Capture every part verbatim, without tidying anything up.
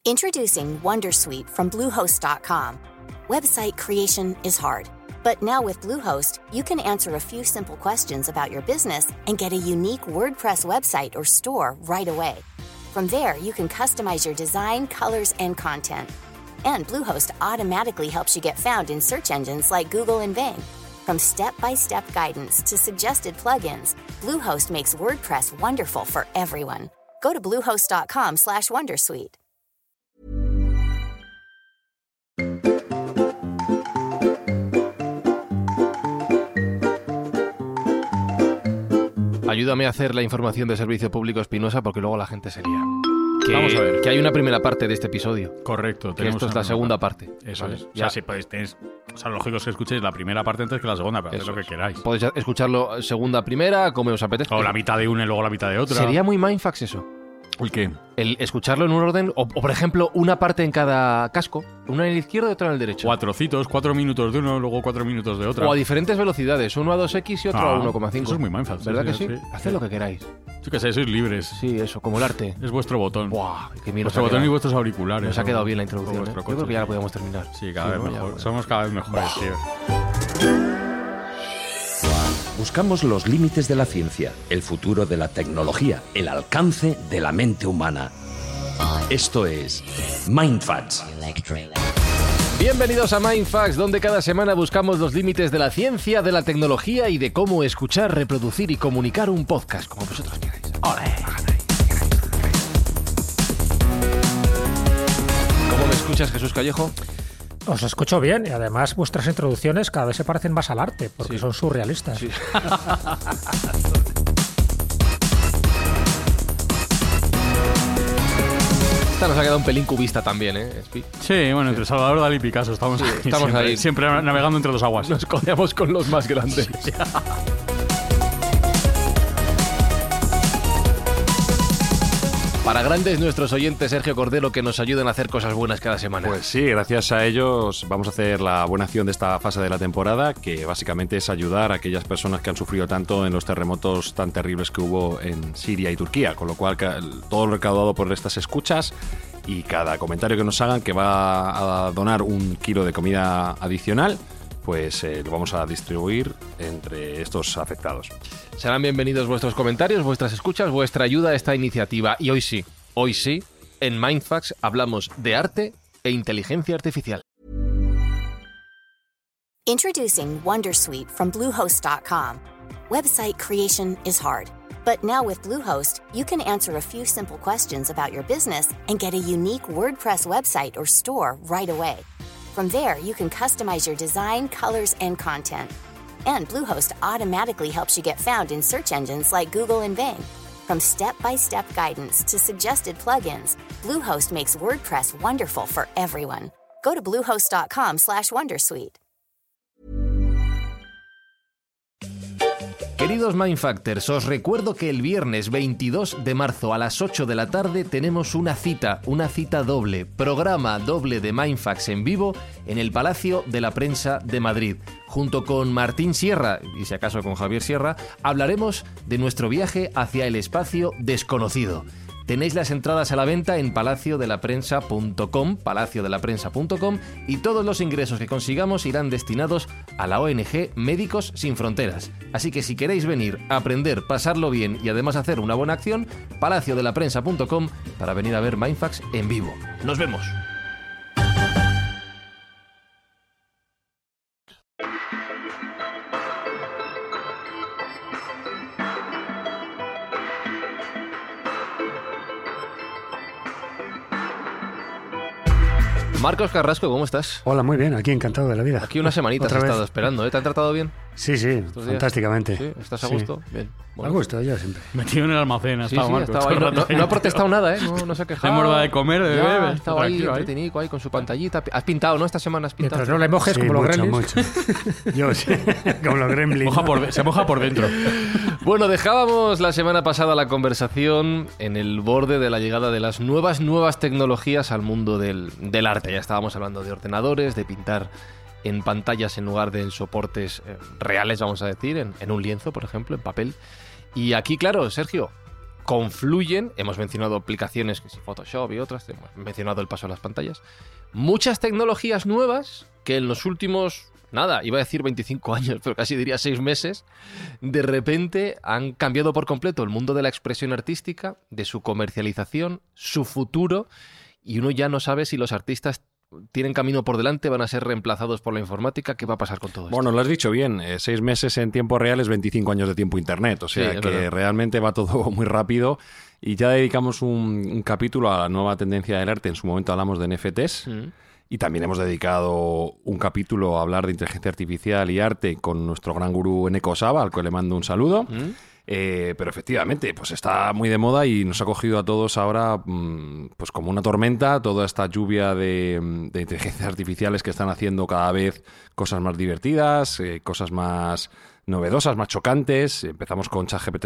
Introducing Wondersuite from Bluehost dot com. Website creation is hard, but now with Bluehost, you can answer a few simple questions about your business and get a unique WordPress website or store right away. From there, you can customize your design, colors, and content. And Bluehost automatically helps you get found in search engines like Google and Bing. From step-by-step guidance to suggested plugins, Bluehost makes WordPress wonderful for everyone. Go to bluehost dot com slash wondersuite. Ayúdame a hacer la información de servicio público espinosa porque luego la gente se lía. Que, Vamos a ver. Que hay una primera parte de este episodio. Correcto. Que esto es la segunda parte. Eso ¿vale? es. O Ya. sea, si podéis, tenéis, o sea, lógico es que escuchéis la primera parte antes que la segunda, pero haced lo que es. queráis. Podéis escucharlo segunda, primera, como os apetezca. O la mitad de una y luego la mitad de otra. Sería muy mindfucks eso. ¿El qué? El escucharlo en un orden, o, o por ejemplo, una parte en cada casco, una en el izquierdo y otra en el derecho. Cuatro citos, cuatro minutos de uno, luego cuatro minutos de otra. O a diferentes velocidades, uno a dos equis y otro Ah, a uno coma cinco. Eso es muy mindfuck. ¿Verdad sí, que sí? sí? Haced lo que queráis. Yo que sé, sois libres. Sí, eso, como el arte. Es vuestro botón. Buah, que bien nos Vuestro ha botón quedado. y vuestros auriculares. Nos ha ¿no? quedado bien la O introducción. ¿eh? vuestro Yo creo coche. que ya la podíamos terminar. Sí, cada vez ¿no? mejor. Ya, Somos cada vez mejores, tío. Buscamos los límites de la ciencia, el futuro de la tecnología, el alcance de la mente humana. Esto es Mindfacts. Bienvenidos a Mindfucks, donde cada semana buscamos los límites de la ciencia, de la tecnología y de cómo escuchar, reproducir y comunicar un podcast, como vosotros queráis. ¡Ole! ¿Cómo me escuchas, Jesús Callejo? Os escucho bien y además vuestras introducciones cada vez se parecen más al arte, porque Sí. son surrealistas. Sí. Esta nos ha quedado un pelín cubista también, ¿eh? Espi? Sí, bueno, entre Salvador Dalí y Picasso estamos, ahí, estamos siempre, ahí. siempre navegando entre dos aguas. Nos codeamos con los más grandes. Para grandes nuestros oyentes, Sergio Cordero, que nos ayudan a hacer cosas buenas cada semana. Pues sí, gracias a ellos vamos a hacer la buena acción de esta fase de la temporada, que básicamente es ayudar a aquellas personas que han sufrido tanto en los terremotos tan terribles que hubo en Siria y Turquía, con lo cual ca- todo lo recaudado por estas escuchas y cada comentario que nos hagan que va a donar un kilo de comida adicional, pues eh, lo vamos a distribuir entre estos afectados. Serán bienvenidos vuestros comentarios, vuestras escuchas, vuestra ayuda a esta iniciativa. Y hoy sí, hoy sí, en Mindfucks hablamos de arte e inteligencia artificial. Introducing Wondersuite from Bluehost dot com. Website creation is hard, but now with Bluehost, you can answer a few simple questions about your business and get a unique WordPress website or store right away. From there, you can customize your design, colors, and content. And Bluehost automatically helps you get found in search engines like Google and Bing. From step-by-step guidance to suggested plugins, Bluehost makes WordPress wonderful for everyone. Go to bluehost dot com slash wondersuite. Queridos Mindfactors, os recuerdo que el viernes veintidós de marzo a las ocho de la tarde tenemos una cita, una cita doble, programa doble de Mindfacts en vivo en el Palacio de la Prensa de Madrid. Junto con Martín Sierra, y si acaso con Javier Sierra, hablaremos de nuestro viaje hacia el espacio desconocido. Tenéis las entradas a la venta en palacio de la prensa punto com, palacio de la prensa punto com, y todos los ingresos que consigamos irán destinados a la O N G Médicos Sin Fronteras. Así que si queréis venir a aprender, pasarlo bien y además hacer una buena acción, palacio de la prensa punto com para venir a ver Mindfacts en vivo. ¡Nos vemos! Marcos Carrasco, ¿cómo estás? Hola, muy bien, aquí encantado de la vida. Aquí unas semanitas Otra has vez. estado esperando, ¿eh? ¿Te han tratado bien? Sí, sí, días? fantásticamente. ¿Sí? ¿Estás a Sí. gusto? Bien. Bueno. A gusto, yo siempre. Metido en el almacén, ha Sí, estado sí, Marco, estaba ahí. todo No, el no- rato no ha ahí. protestado nada, ¿eh? No, no se ha quejado. Hemos dado de comer, de Ya, beber, ha estado ahí tranquilo, ahí. entretenido, ahí con su pantallita. Has pintado, ¿no? Esta semana has pintado. Mientras no le mojes Sí, como los mucho, gremlins. mucho. Yo sí, como los gremlins. Moja por de- se moja por dentro. Bueno, dejábamos la semana pasada la conversación en el borde de la llegada de las nuevas, nuevas tecnologías al mundo del, del arte. Ya estábamos hablando de ordenadores, de pintar en pantallas en lugar de en soportes eh, reales, vamos a decir, en, en un lienzo, por ejemplo, en papel. Y aquí, claro, Sergio, confluyen, hemos mencionado aplicaciones que sí, Photoshop y otras, hemos mencionado el paso a las pantallas, muchas tecnologías nuevas que en los últimos, nada, iba a decir veinticinco años, pero casi diría seis meses, de repente han cambiado por completo el mundo de la expresión artística, de su comercialización, su futuro, y uno ya no sabe si los artistas tienen camino por delante, van a ser reemplazados por la informática. ¿Qué va a pasar con todo esto? Bueno, lo has dicho bien, eh, seis meses en tiempo real es veinticinco años de tiempo internet, o sea Sí, que verdad. realmente va todo muy rápido y ya dedicamos un, un capítulo a la nueva tendencia del arte, en su momento hablamos de N F Ts Mm. y también hemos dedicado un capítulo a hablar de inteligencia artificial y arte con nuestro gran gurú Neko Saba, al que le mando un saludo. ¿Mm? Eh, pero efectivamente, pues está muy de moda y nos ha cogido a todos ahora mmm, pues como una tormenta, toda esta lluvia de, de inteligencias artificiales que están haciendo cada vez cosas más divertidas, eh, cosas más novedosas, más chocantes. Empezamos con ChatGPT,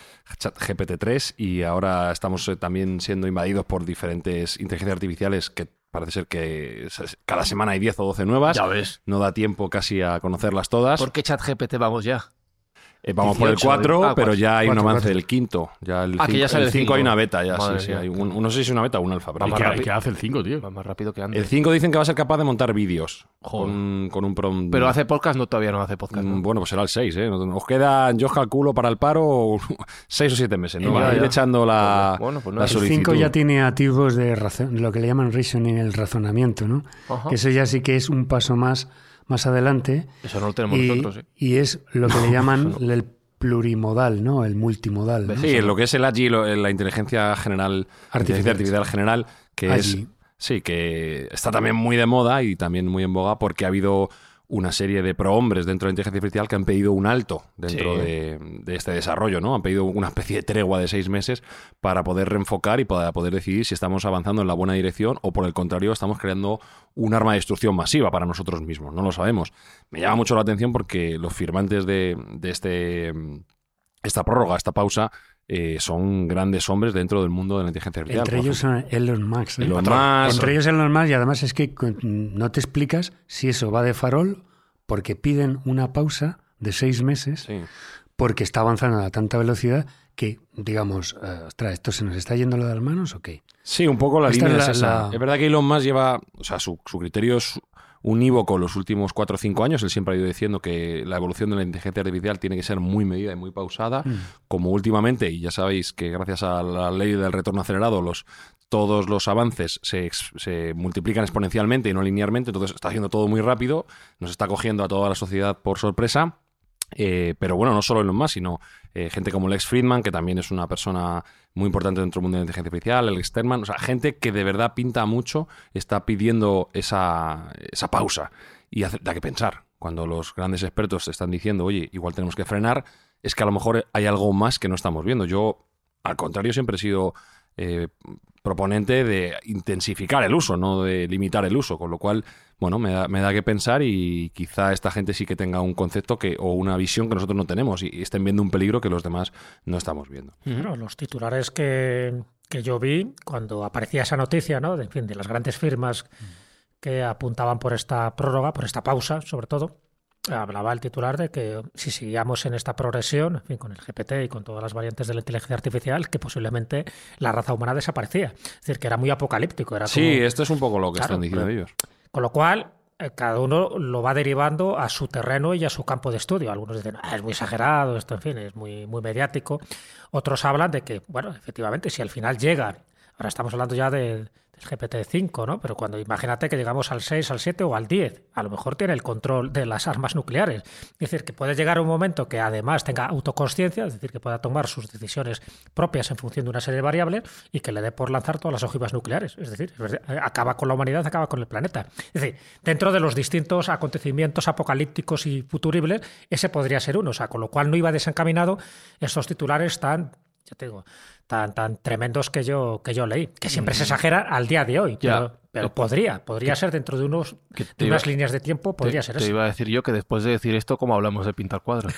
ChatGPT tres y ahora estamos eh, también siendo invadidos por diferentes inteligencias artificiales que parece ser que cada semana hay diez o doce nuevas. Ya ves. No da tiempo casi a conocerlas todas. ¿Por qué ChatGPT vamos ya? Eh, vamos por el dieciocho, cuatro, ah, pero cuatro. ya hay Cuatro, un avance cuatro. del quinto. Ya el Ah, que cinco, ya sale el el cinco hay cinco. una beta ya, Madre sí, sí. mía. Hay un, un- no sé si es una beta o un alfa, pero ¿Y Vamos qué, rápido. qué hace el cinco, tío? Va más rápido que antes. el cinco dicen que va a ser capaz de montar vídeos Joder. con, con un prom... Pero hace podcast, no, todavía no hace podcast. ¿no? Mm, Bueno, pues será el seis, ¿eh? Os quedan, yo os calculo para el paro, seis o siete meses, ¿no? Ya, Va a ir ya. echando la, Bueno, pues no, la el El solicitud. cinco ya tiene activos de razón, lo que le llaman reasoning, el razonamiento, ¿no? Ajá. Que eso ya sí que es un paso más, más adelante. Eso no lo tenemos y, nosotros, ¿eh? y es lo que le llaman el plurimodal, ¿no? El multimodal. ¿no? Sí, lo que es el Agile, la inteligencia general, inteligencia artificial general, que Agile. es sí, que está también muy de moda y también muy en boga porque ha habido una serie de prohombres dentro de la inteligencia artificial que han pedido un alto dentro Sí. de, de este desarrollo, ¿no? Han pedido una especie de tregua de seis meses para poder reenfocar y para poder decidir si estamos avanzando en la buena dirección o, por el contrario, estamos creando un arma de destrucción masiva para nosotros mismos. No lo sabemos. Me llama mucho la atención porque los firmantes de, de este esta prórroga, esta pausa, eh, son grandes hombres dentro del mundo de la inteligencia artificial. Entre Por ellos ejemplo, son Elon Musk. ¿eh? Elon Patrón. Musk. Entre ellos Elon Musk, y además es que con- no te explicas si eso va de farol porque piden una pausa de seis meses Sí. porque está avanzando a tanta velocidad que, digamos, eh, ostras, ¿esto se nos está yendo lo de las manos o qué? Sí, un poco la Esta línea es es, la- esa. la- Es verdad que Elon Musk lleva, o sea, su, su criterio es unívoco los últimos cuatro o cinco años. Él siempre ha ido diciendo que la evolución de la inteligencia artificial tiene que ser muy medida y muy pausada, Mm. como últimamente, y ya sabéis que gracias a la ley del retorno acelerado, los todos los avances se, ex- se multiplican exponencialmente y no linealmente, entonces está haciendo todo muy rápido, nos está cogiendo a toda la sociedad por sorpresa. Eh, pero bueno, no solo Elon Musk, sino eh, gente como Lex Fridman, que también es una persona muy importante dentro del mundo de la inteligencia artificial, el Sternman, o sea, gente que de verdad pinta mucho, está pidiendo esa, esa pausa y hace- da que pensar. Cuando los grandes expertos te están diciendo, oye, igual tenemos que frenar, es que a lo mejor hay algo más que no estamos viendo. Yo, al contrario, siempre he sido eh, proponente de intensificar el uso, no de limitar el uso, con lo cual, bueno, me da, me da que pensar y quizá esta gente sí que tenga un concepto que o una visión que nosotros no tenemos y, y estén viendo un peligro que los demás no estamos viendo. Bueno, los titulares que, que yo vi cuando aparecía esa noticia, ¿no? De, en fin, de las grandes firmas que apuntaban por esta prórroga, por esta pausa, sobre todo, hablaba el titular de que si seguíamos en esta progresión, en fin, con el G P T y con todas las variantes de la inteligencia artificial, que posiblemente la raza humana desaparecía. Es decir, que era muy apocalíptico. Era Sí, como- esto es un poco lo que Claro, están diciendo pero- ellos. Con lo cual, eh, cada uno lo va derivando a su terreno y a su campo de estudio. Algunos dicen, ah, es muy exagerado, esto, en fin, es muy, muy mediático. Otros hablan de que, bueno, efectivamente, si al final llegan, ahora estamos hablando ya de, del G P T cinco, ¿no? Pero cuando imagínate que llegamos al seis, al siete o al diez, a lo mejor tiene el control de las armas nucleares. Es decir, que puede llegar un momento que además tenga autoconsciencia, es decir, que pueda tomar sus decisiones propias en función de una serie de variables y que le dé por lanzar todas las ojivas nucleares. Es decir, acaba con la humanidad, acaba con el planeta. Es decir, dentro de los distintos acontecimientos apocalípticos y futuribles, ese podría ser uno. O sea, con lo cual no iba desencaminado estos titulares tan, ya te digo, tan, tan tremendos que yo, que yo leí, que siempre se exagera al día de hoy, Ya. pero, pero podría, podría ser dentro de unos que te de iba- unas líneas de tiempo, podría te, ser te eso. iba a decir yo que después de decir esto, como hablamos de pintar cuadros.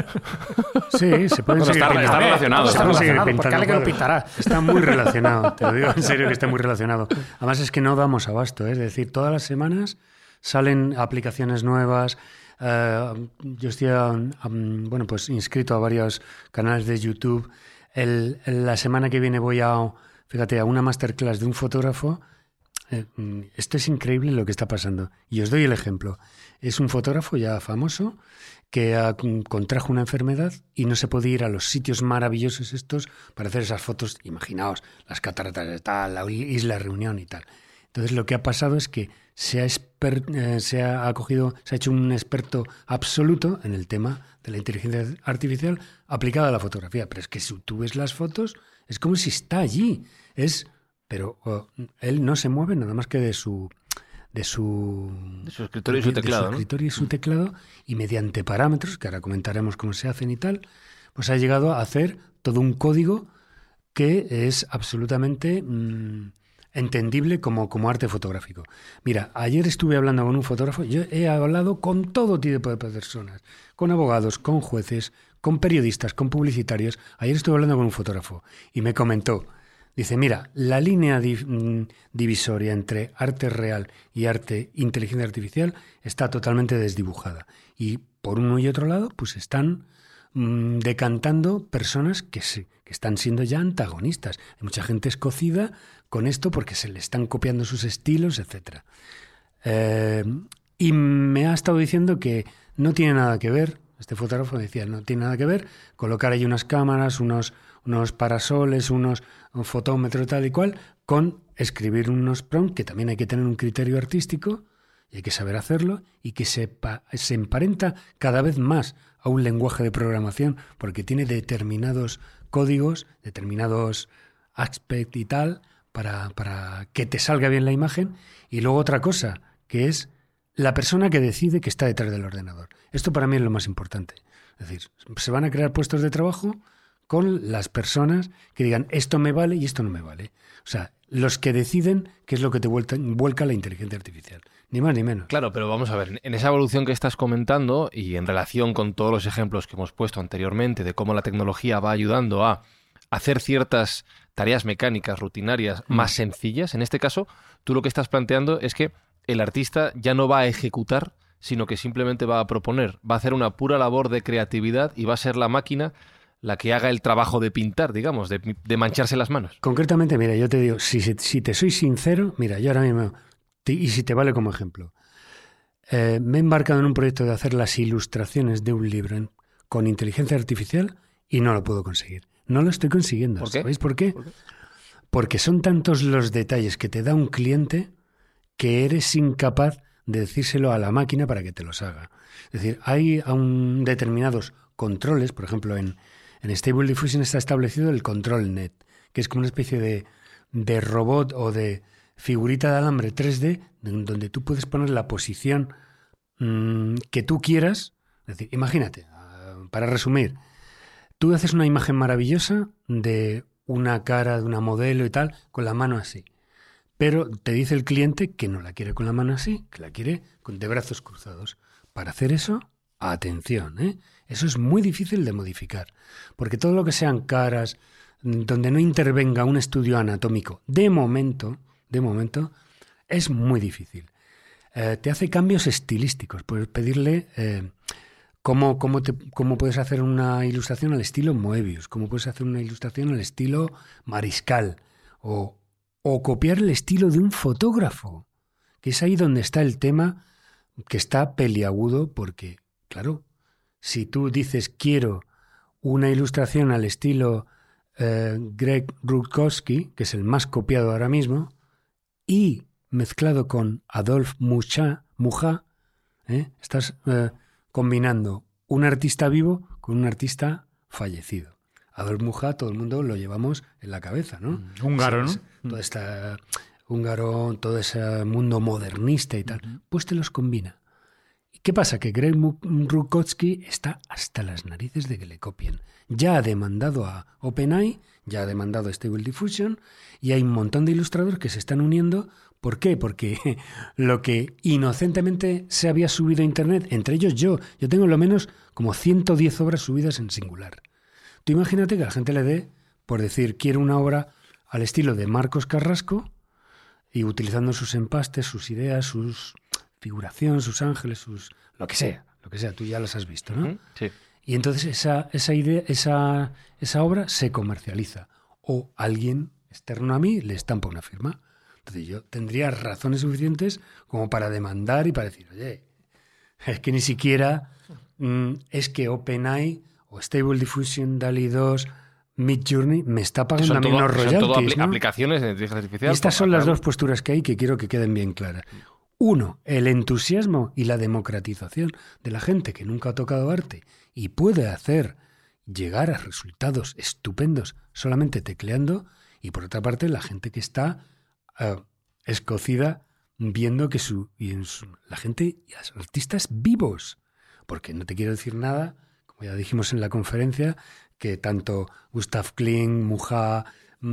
Sí, se pueden Bueno, seguir está- pintando. está relacionado, Está está relacionado, relacionado, porque alguien lo cuadros. pintará. Está muy relacionado, te lo digo en serio que está muy relacionado. Además es que no damos abasto, ¿eh? Es decir, todas las semanas salen aplicaciones nuevas. Eh, yo estoy um, um, bueno, pues inscrito a varios canales de YouTube el, la semana que viene voy a, fíjate, a una masterclass de un fotógrafo. Eh, esto es increíble lo que está pasando. Y os doy el ejemplo. Es un fotógrafo ya famoso que ha, contrajo una enfermedad y no se puede ir a los sitios maravillosos estos para hacer esas fotos. Imaginaos, las cataratas de tal, la isla Reunión y tal. Entonces lo que ha pasado es que se ha, exper, eh, se ha acogido, se ha hecho un experto absoluto en el tema de la inteligencia artificial aplicada a la fotografía. Pero es que si tú ves las fotos, es como si está allí. Es, pero oh, él no se mueve nada más que de su de su, de su escritorio y su teclado, de su escritorio y su teclado, y mediante parámetros, que ahora comentaremos cómo se hacen y tal, pues ha llegado a hacer todo un código que es absolutamente mmm, entendible como, como arte fotográfico. Mira, ayer estuve hablando con un fotógrafo, yo he hablado con todo tipo de personas, con abogados, con jueces, con periodistas, con publicitarios. Ayer estuve hablando con un fotógrafo y me comentó, dice, mira, la línea div- divisoria entre arte real y arte inteligencia artificial está totalmente desdibujada. Y por uno y otro lado, pues están mmm, decantando personas que, se, que están siendo ya antagonistas. Hay mucha gente escocida con esto porque se le están copiando sus estilos, etcétera. Eh, y me ha estado diciendo que no tiene nada que ver, este fotógrafo decía, no tiene nada que ver, colocar ahí unas cámaras, unos, unos parasoles, unos un fotómetro tal y cual, con escribir unos prompts, que también hay que tener un criterio artístico y hay que saber hacerlo, y que se, pa- se emparenta cada vez más a un lenguaje de programación porque tiene determinados códigos, determinados aspects y tal, para, para que te salga bien la imagen. Y luego otra cosa, que es la persona que decide que está detrás del ordenador. Esto para mí es lo más importante. Es decir, se van a crear puestos de trabajo con las personas que digan esto me vale y esto no me vale. O sea, los que deciden qué es lo que te vuelta, vuelca la inteligencia artificial. Ni más ni menos. Claro, pero vamos a ver, en esa evolución que estás comentando y en relación con todos los ejemplos que hemos puesto anteriormente de cómo la tecnología va ayudando a hacer ciertas tareas mecánicas, rutinarias, mm. más sencillas, en este caso, tú lo que estás planteando es que el artista ya no va a ejecutar, sino que simplemente va a proponer, va a hacer una pura labor de creatividad y va a ser la máquina la que haga el trabajo de pintar, digamos, de, de mancharse las manos. Concretamente, mira, yo te digo, si, si te soy sincero, mira, yo ahora mismo, te, y si te vale como ejemplo, eh, me he embarcado en un proyecto de hacer las ilustraciones de un libro en, con inteligencia artificial y no lo puedo conseguir. No lo estoy consiguiendo. ¿Por qué? ¿Sabéis por qué? ¿Por qué? Porque son tantos los detalles que te da un cliente que eres incapaz de decírselo a la máquina para que te los haga. Es decir, hay un determinados controles, por ejemplo, en En Stable Diffusion está establecido el control net, que es como una especie de, de robot o de figurita de alambre tres D donde tú puedes poner la posición mmm, que tú quieras. Es decir, imagínate, uh, para resumir, tú haces una imagen maravillosa de una cara de una modelo y tal, con la mano así. Pero te dice el cliente que no la quiere con la mano así, que la quiere con de brazos cruzados. Para hacer eso, atención, ¿eh? Eso es muy difícil de modificar, porque todo lo que sean caras, donde no intervenga un estudio anatómico, de momento, de momento, es muy difícil. Eh, te hace cambios estilísticos, puedes pedirle eh, cómo, cómo, te, cómo puedes hacer una ilustración al estilo Moebius, cómo puedes hacer una ilustración al estilo Mariscal, o, o copiar el estilo de un fotógrafo, que es ahí donde está el tema que está peliagudo, porque, claro, si tú dices quiero una ilustración al estilo eh, Greg Rutkowski, que es el más copiado ahora mismo, y mezclado con Adolphe Mucha, Mucha, ¿eh? estás eh, combinando un artista vivo con un artista fallecido. Adolphe Mucha, todo el mundo lo llevamos en la cabeza, ¿no? Mm, húngaro, ¿no? Es, todo esta húngaro, todo ese mundo modernista y tal, uh-huh. Pues te los combina. ¿Qué pasa? Que Greg Rutkowski está hasta las narices de que le copien. Ya ha demandado a OpenAI, ya ha demandado a Stable Diffusion, y hay un montón de ilustradores que se están uniendo. ¿Por qué? Porque lo que inocentemente se había subido a Internet, entre ellos yo, yo tengo lo menos como ciento diez obras subidas en singular. Tú imagínate que a la gente le dé, por decir, quiero una obra al estilo de Marcos Carrasco, y utilizando sus empastes, sus ideas, sus figuración, sus ángeles, sus lo que sea, lo que sea, tú ya las has visto, ¿no? Sí. Y entonces esa, esa idea, esa, esa obra se comercializa. O alguien externo a mí le estampa una firma. Entonces yo tendría razones suficientes como para demandar y para decir, oye, es que ni siquiera mm, es que OpenAI o Stable Diffusion, DALL-E dos, Midjourney me está pagando a mí todo, unos royalties. Son todo apli- ¿no? aplicaciones de inteligencia artificial. Y estas son las dos posturas que hay que quiero que queden bien claras. Uno, el entusiasmo y la democratización de la gente que nunca ha tocado arte y puede hacer llegar a resultados estupendos solamente tecleando. Y por otra parte, la gente que está uh, escocida viendo que su, y en su, la gente, los artistas vivos. Porque no te quiero decir nada, como ya dijimos en la conferencia, que tanto Gustav Klimt, Muja,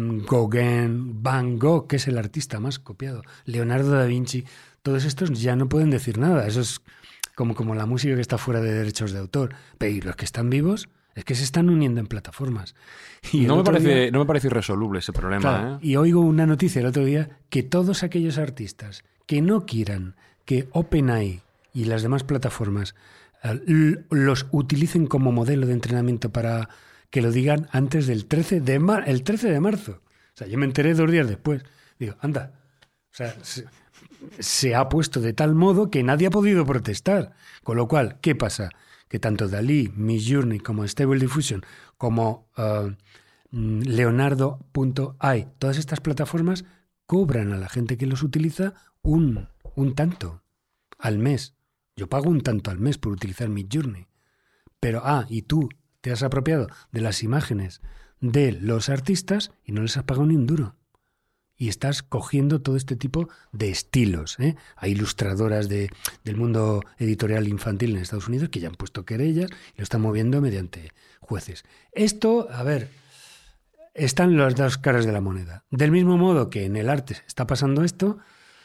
Gauguin, Van Gogh, que es el artista más copiado, Leonardo da Vinci, todos estos ya no pueden decir nada. Eso es como, como la música que está fuera de derechos de autor. Pero los que están vivos es que se están uniendo en plataformas. Y no, me parece, día, no me parece irresoluble ese problema. Claro, ¿eh? Y oigo una noticia el otro día que todos aquellos artistas que no quieran que OpenAI y las demás plataformas uh, los utilicen como modelo de entrenamiento para que lo digan antes del trece de mar- el trece de marzo. O sea, yo me enteré dos días después. Digo, anda, o sea, se, se ha puesto de tal modo que nadie ha podido protestar. Con lo cual, ¿qué pasa? Que tanto DALL-E, Midjourney como Stable Diffusion, como uh, Leonardo punto a i, todas estas plataformas cobran a la gente que los utiliza un, un tanto al mes. Yo pago un tanto al mes por utilizar Midjourney. Pero, ah, y tú te has apropiado de las imágenes de los artistas y no les has pagado ni un duro. Y estás cogiendo todo este tipo de estilos, ¿eh? Hay ilustradoras de, del mundo editorial infantil en Estados Unidos que ya han puesto querellas y lo están moviendo mediante jueces. Esto, a ver, están las dos caras de la moneda. Del mismo modo que en el arte está pasando esto,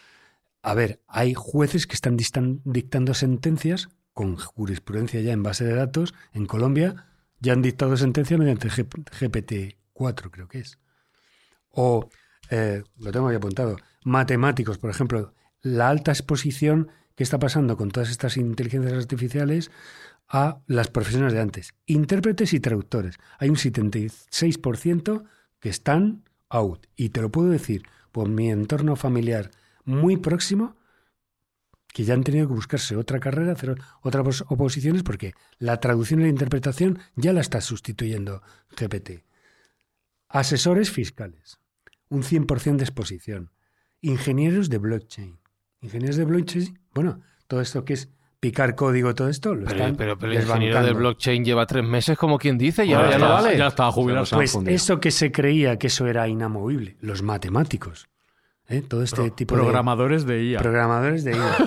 a ver, hay jueces que están distan, dictando sentencias con jurisprudencia ya en base de datos. En Colombia ya han dictado sentencia mediante G P T cuatro, creo que es. O... Eh, lo tengo ahí apuntado, matemáticos, por ejemplo, la alta exposición que está pasando con todas estas inteligencias artificiales a las profesiones de antes, intérpretes y traductores. Hay un setenta y seis por ciento que están out, y te lo puedo decir por mi entorno familiar muy próximo, que ya han tenido que buscarse otra carrera, hacer otras oposiciones, porque la traducción y la interpretación ya la está sustituyendo G P T. Asesores fiscales, un cien por ciento de exposición. Ingenieros de blockchain. Ingenieros de blockchain, bueno, todo esto que es picar código, todo esto lo pero, están pero, pero el ingeniero de blockchain lleva tres meses, como quien dice, y Bueno, ahora ya no vale. Ya está jubilado. Pues eso que se creía que eso era inamovible, los matemáticos, ¿eh? Todo este Pro, tipo programadores de... de I A. Programadores de I A.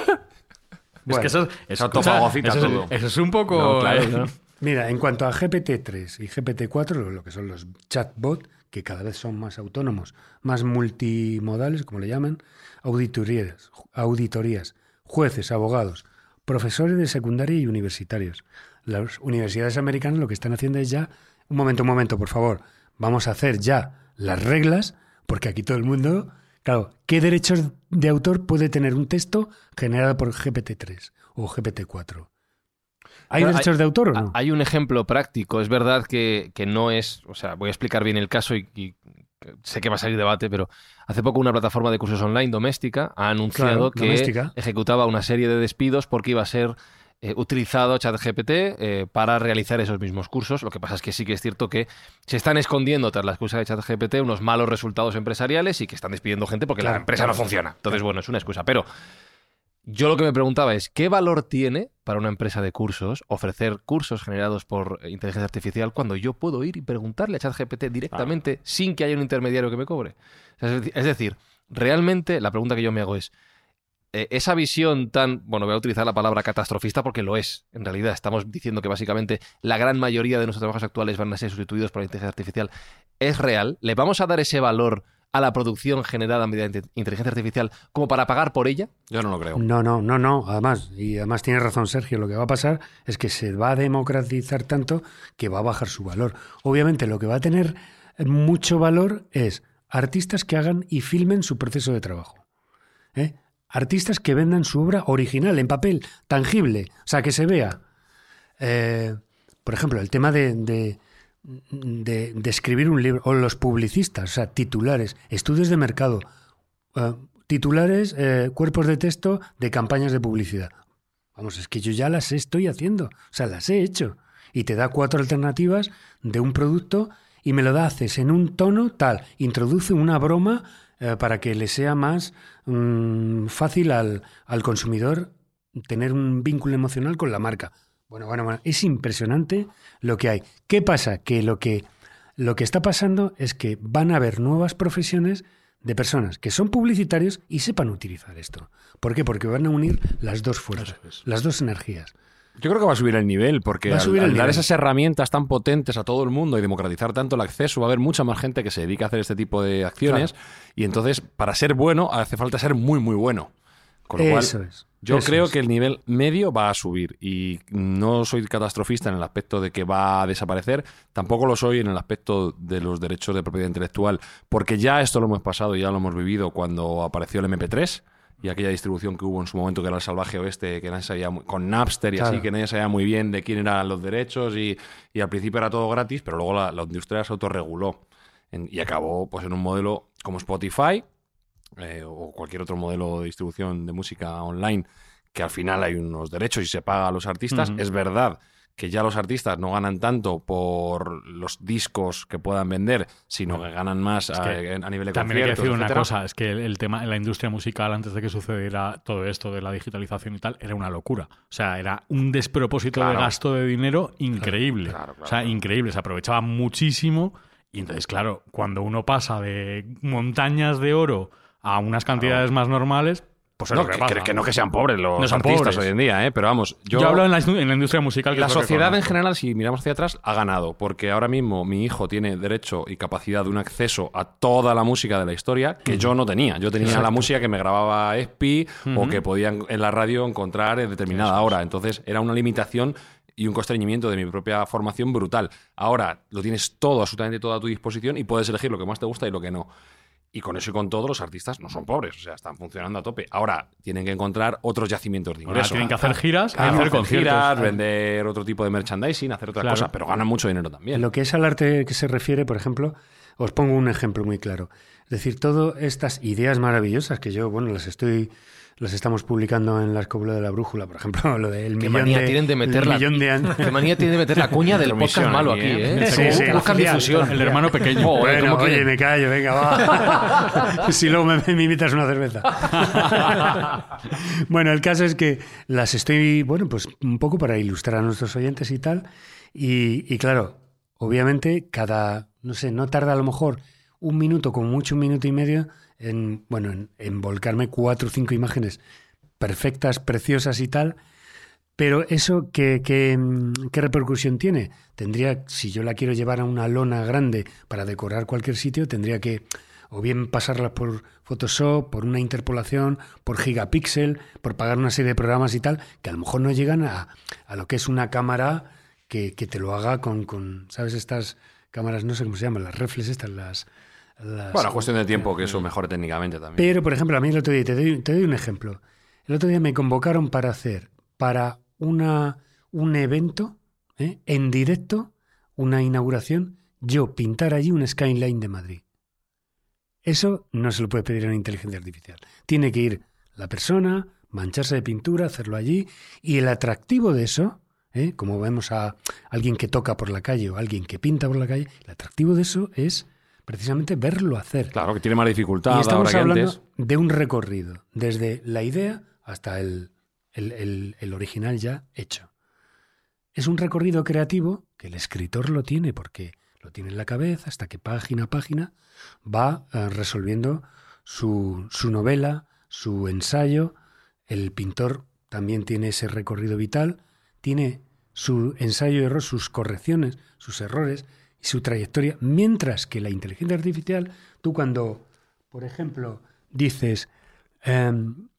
Es que eso, eso, autofagocita eso, todo. Eso es un poco... No, claro, eh, ¿no? Mira, en cuanto a G P T tres y G P T cuatro, lo que son los chatbots, que cada vez son más autónomos, más multimodales, como le llaman, auditorías, auditorías, jueces, abogados, profesores de secundaria y universitarios. Las universidades americanas lo que están haciendo es ya, un momento, un momento, por favor, vamos a hacer ya las reglas, porque aquí todo el mundo, claro, ¿qué derechos de autor puede tener un texto generado por G P T tres o G P T cuatro? ¿Hay Pero derechos hay, de autor o no? Hay un ejemplo práctico. Es verdad que, que no es... O sea, voy a explicar bien el caso y, y sé que va a salir debate, pero hace poco una plataforma de cursos online doméstica ha anunciado Claro, que doméstica. ejecutaba una serie de despidos porque iba a ser eh, utilizado ChatGPT eh, para realizar esos mismos cursos. Lo que pasa es que sí que es cierto que se están escondiendo tras la excusa de ChatGPT unos malos resultados empresariales y que están despidiendo gente porque Claro, la empresa claro. no funciona. Entonces, bueno, es una excusa. Pero yo lo que me preguntaba es, ¿qué valor tiene para una empresa de cursos ofrecer cursos generados por inteligencia artificial cuando yo puedo ir y preguntarle a ChatGPT directamente ah. sin que haya un intermediario que me cobre? Es decir, realmente la pregunta que yo me hago es, eh, esa visión tan, bueno, voy a utilizar la palabra catastrofista porque lo es, en realidad estamos diciendo que básicamente la gran mayoría de nuestros trabajos actuales van a ser sustituidos por la inteligencia artificial, ¿es real? ¿Le vamos a dar ese valor a la producción generada mediante inteligencia artificial como para pagar por ella? Yo no lo creo. No, no, no, no. Además, y además tiene razón Sergio, lo que va a pasar es que se va a democratizar tanto que va a bajar su valor. Obviamente lo que va a tener mucho valor es artistas que hagan y filmen su proceso de trabajo. ¿Eh? Artistas que vendan su obra original, en papel, tangible, o sea, que se vea. Eh, por ejemplo, el tema de, de, de, de escribir un libro, o los publicistas, o sea, titulares, estudios de mercado, uh, titulares, eh, cuerpos de texto de campañas de publicidad. Vamos, es que yo ya las estoy haciendo, o sea, las he hecho. Y te da cuatro alternativas de un producto y me lo da, haces en un tono tal, introduce una broma eh, para que le sea más mmm, fácil al, al consumidor tener un vínculo emocional con la marca. Bueno, bueno, bueno, es impresionante lo que hay. ¿Qué pasa? Que lo que, lo que está pasando es que van a haber nuevas profesiones de personas que son publicitarios y sepan utilizar esto. ¿Por qué? Porque van a unir las dos fuerzas, las dos energías. Yo creo que va a subir el nivel, porque al, subir el al dar nivel. esas herramientas tan potentes a todo el mundo y democratizar tanto el acceso, va a haber mucha más gente que se dedica a hacer este tipo de acciones. Claro. Y entonces, para ser bueno, hace falta ser muy, muy bueno. Con lo Eso cual, es. yo Eso creo es. que el nivel medio va a subir. Y no soy catastrofista en el aspecto de que va a desaparecer. Tampoco lo soy en el aspecto de los derechos de propiedad intelectual, porque ya esto lo hemos pasado, ya lo hemos vivido cuando apareció el eme pe tres. Y aquella distribución que hubo en su momento, que era el salvaje oeste, que nadie sabía muy, con Napster y claro. así, que nadie sabía muy bien de quién eran los derechos y, y al principio era todo gratis, pero luego la, la industria se autorreguló en, y acabó pues en un modelo como Spotify eh, o cualquier otro modelo de distribución de música online, que al final hay unos derechos y se paga a los artistas. Uh-huh. Es verdad que ya los artistas no ganan tanto por los discos que puedan vender, sino que ganan más es que a, a nivel de también hay que decir etcétera. una cosa, es que el, el tema, la industria musical, antes de que sucediera todo esto de la digitalización y tal, era una locura. O sea, era un despropósito claro. de gasto de dinero increíble. Claro, claro, claro. O sea, increíble. Se aprovechaba muchísimo y entonces, claro, cuando uno pasa de montañas de oro a unas cantidades claro. más normales... Pues no, que, que, que no que sean pobres los no son artistas pobres. Hoy en día, ¿eh? Pero vamos, yo... Yo hablo en la, en la industria musical. Que la sociedad en general, si miramos hacia atrás, ha ganado, porque ahora mismo mi hijo tiene derecho y capacidad de un acceso a toda la música de la historia que uh-huh. yo no tenía. Yo tenía Exacto. la música que me grababa E S P I uh-huh. o que podía en la radio encontrar en determinada Eso hora. Es. Entonces era una limitación y un constreñimiento de mi propia formación brutal. Ahora lo tienes todo, absolutamente todo a tu disposición y puedes elegir lo que más te gusta y lo que no. Y con eso y con todo, los artistas no son pobres, o sea, están funcionando a tope. Ahora, tienen que encontrar otros yacimientos de ingresos. Tienen que hacer giras, claro, hacer, hacer conciertos. giras, vender otro tipo de merchandising, hacer otras claro. cosas, pero ganan mucho dinero también. En lo que es al arte que se refiere, por ejemplo, os pongo un ejemplo muy claro. Es decir, todas estas ideas maravillosas que yo, bueno, las estoy... las estamos publicando en la escóbula de la brújula, por ejemplo, lo del millón manía de, tienen de meter la, millón de años. Qué manía tienen de meter la cuña del podcast malo aquí, ¿eh? Sí, sí, buscan difusión. El hermano pequeño. Oh, bueno, oye, quieren? me callo, venga, va. Si luego me, me invitas una cerveza. Bueno, el caso es que las estoy, bueno, pues un poco para ilustrar a nuestros oyentes y tal. Y, y claro, obviamente, cada, no sé, no tarda a lo mejor un minuto, como mucho un minuto y medio, en, bueno, en, en volcarme cuatro o cinco imágenes perfectas, preciosas y tal, pero eso ¿qué, qué, qué repercusión tiene? Tendría, si yo la quiero llevar a una lona grande para decorar cualquier sitio, tendría que o bien pasarla por Photoshop, por una interpolación, por gigapíxel, por pagar una serie de programas y tal, que a lo mejor no llegan a, a lo que es una cámara que, que te lo haga con, con, ¿sabes? Estas cámaras, no sé cómo se llaman, las reflex estas, las... Las, bueno, cuestión de tiempo que eso mejore técnicamente también. Pero, por ejemplo, a mí el otro día, te doy, te doy un ejemplo. El otro día me convocaron para hacer, para una, un evento, ¿eh? en directo, una inauguración, yo pintar allí un skyline de Madrid. Eso no se lo puede pedir a una inteligencia artificial. Tiene que ir la persona, mancharse de pintura, hacerlo allí, y el atractivo de eso, ¿eh? como vemos a alguien que toca por la calle o alguien que pinta por la calle, el atractivo de eso es... precisamente verlo hacer. Claro, que tiene más dificultad. Y estamos ahora hablando antes. de un recorrido, desde la idea hasta el, el, el, el original ya hecho. Es un recorrido creativo que el escritor lo tiene, porque lo tiene en la cabeza, hasta que página a página va eh, resolviendo su, su novela, su ensayo. El pintor también tiene ese recorrido vital, tiene su ensayo y error, sus correcciones, sus errores, y su trayectoria, mientras que la inteligencia artificial, tú cuando, por ejemplo, dices eh,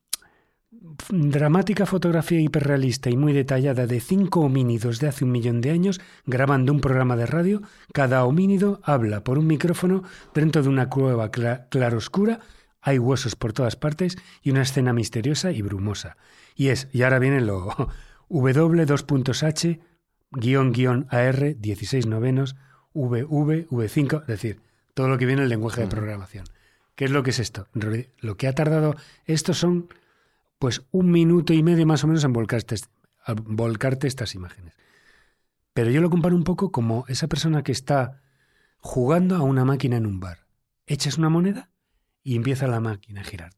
dramática fotografía hiperrealista y muy detallada de cinco homínidos de hace un millón de años grabando un programa de radio, cada homínido habla por un micrófono dentro de una cueva cla- claroscura, hay huesos por todas partes y una escena misteriosa y brumosa. Y es, y ahora viene lo W dos puntos H guión, guión, A R, dieciséis novenos, V, V, V cinco, es decir, todo lo que viene en el lenguaje de programación. ¿Qué es lo que es esto? En realidad, lo que ha tardado, estos son pues un minuto y medio más o menos en volcarte, en volcarte estas imágenes. Pero yo lo comparo un poco como esa persona que está jugando a una máquina en un bar. Echas una moneda y empieza la máquina a girar.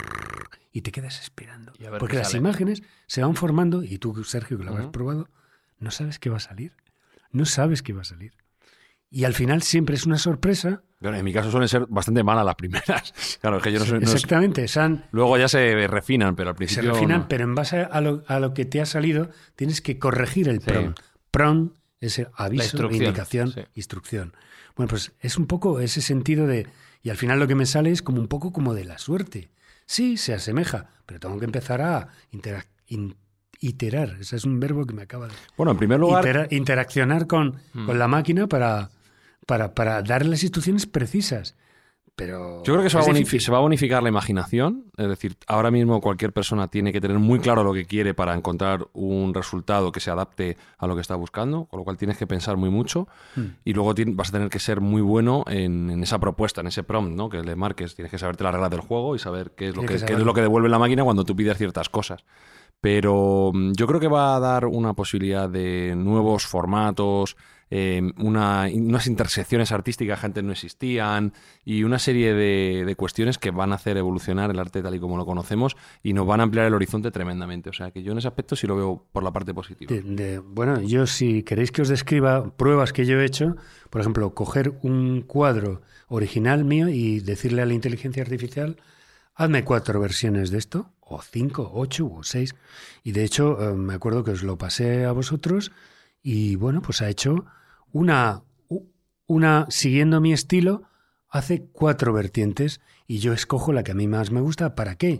Y te quedas esperando. Porque las sale. imágenes se van formando, y tú, Sergio, que lo uh-huh. has probado, no sabes qué va a salir. No sabes qué va a salir. Y al final siempre es una sorpresa. Bueno, en mi caso suelen ser bastante malas las primeras. Claro, es que yo no sí, soy... No exactamente. Es... Son, Luego ya se refinan, pero al principio... Se refinan, no. pero en base a lo, a lo que te ha salido, tienes que corregir el sí. prompt. Prompt es el aviso, indicación, sí. instrucción. Bueno, pues es un poco ese sentido de... Y al final lo que me sale es como un poco como de la suerte. Sí, se asemeja, pero tengo que empezar a intera- in- iterar. Ese es un verbo que me acaba de... Bueno, en primer lugar... Itera- interaccionar con, hmm. con la máquina para, para, para darle las instrucciones precisas. Pero yo creo que se va, bonif- se va a bonificar la imaginación. Es decir, ahora mismo cualquier persona tiene que tener muy claro lo que quiere para encontrar un resultado que se adapte a lo que está buscando, con lo cual tienes que pensar muy mucho mm. y luego t- vas a tener que ser muy bueno en, en esa propuesta, en ese prompt, ¿no? Que le marques. Tienes que saberte las reglas del juego y saber qué es lo, que, que, qué es lo que devuelve la máquina cuando tú pides ciertas cosas. Pero yo creo que va a dar una posibilidad de nuevos formatos, eh, una, unas intersecciones artísticas que antes no existían y una serie de, de cuestiones que van a hacer evolucionar el arte tal y como lo conocemos y nos van a ampliar el horizonte tremendamente. O sea, que yo en ese aspecto sí lo veo por la parte positiva. De, de, bueno, yo si queréis que os describa pruebas que yo he hecho, por ejemplo, coger un cuadro original mío y decirle a la inteligencia artificial, hazme cuatro versiones de esto, o cinco, ocho o seis. Y de hecho, eh, me acuerdo que os lo pasé a vosotros y bueno, pues ha hecho una, una, siguiendo mi estilo, hace cuatro vertientes y yo escojo la que a mí más me gusta. ¿Para qué?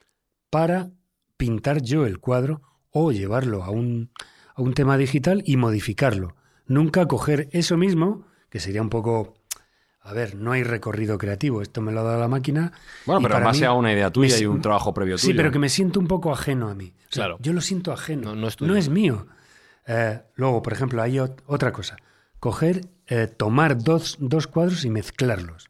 Para pintar yo el cuadro o llevarlo a un, a un tema digital y modificarlo. Nunca coger eso mismo, que sería un poco... A ver, no hay recorrido creativo, esto me lo ha dado la máquina. Bueno, pero en base a una idea tuya me, y un trabajo previo tuyo. Sí, pero que me siento un poco ajeno a mí. O sea, claro. Yo lo siento ajeno, no, no, es, no es mío. Eh, luego, por ejemplo, hay ot- otra cosa. Coger, eh, tomar dos, dos cuadros y mezclarlos.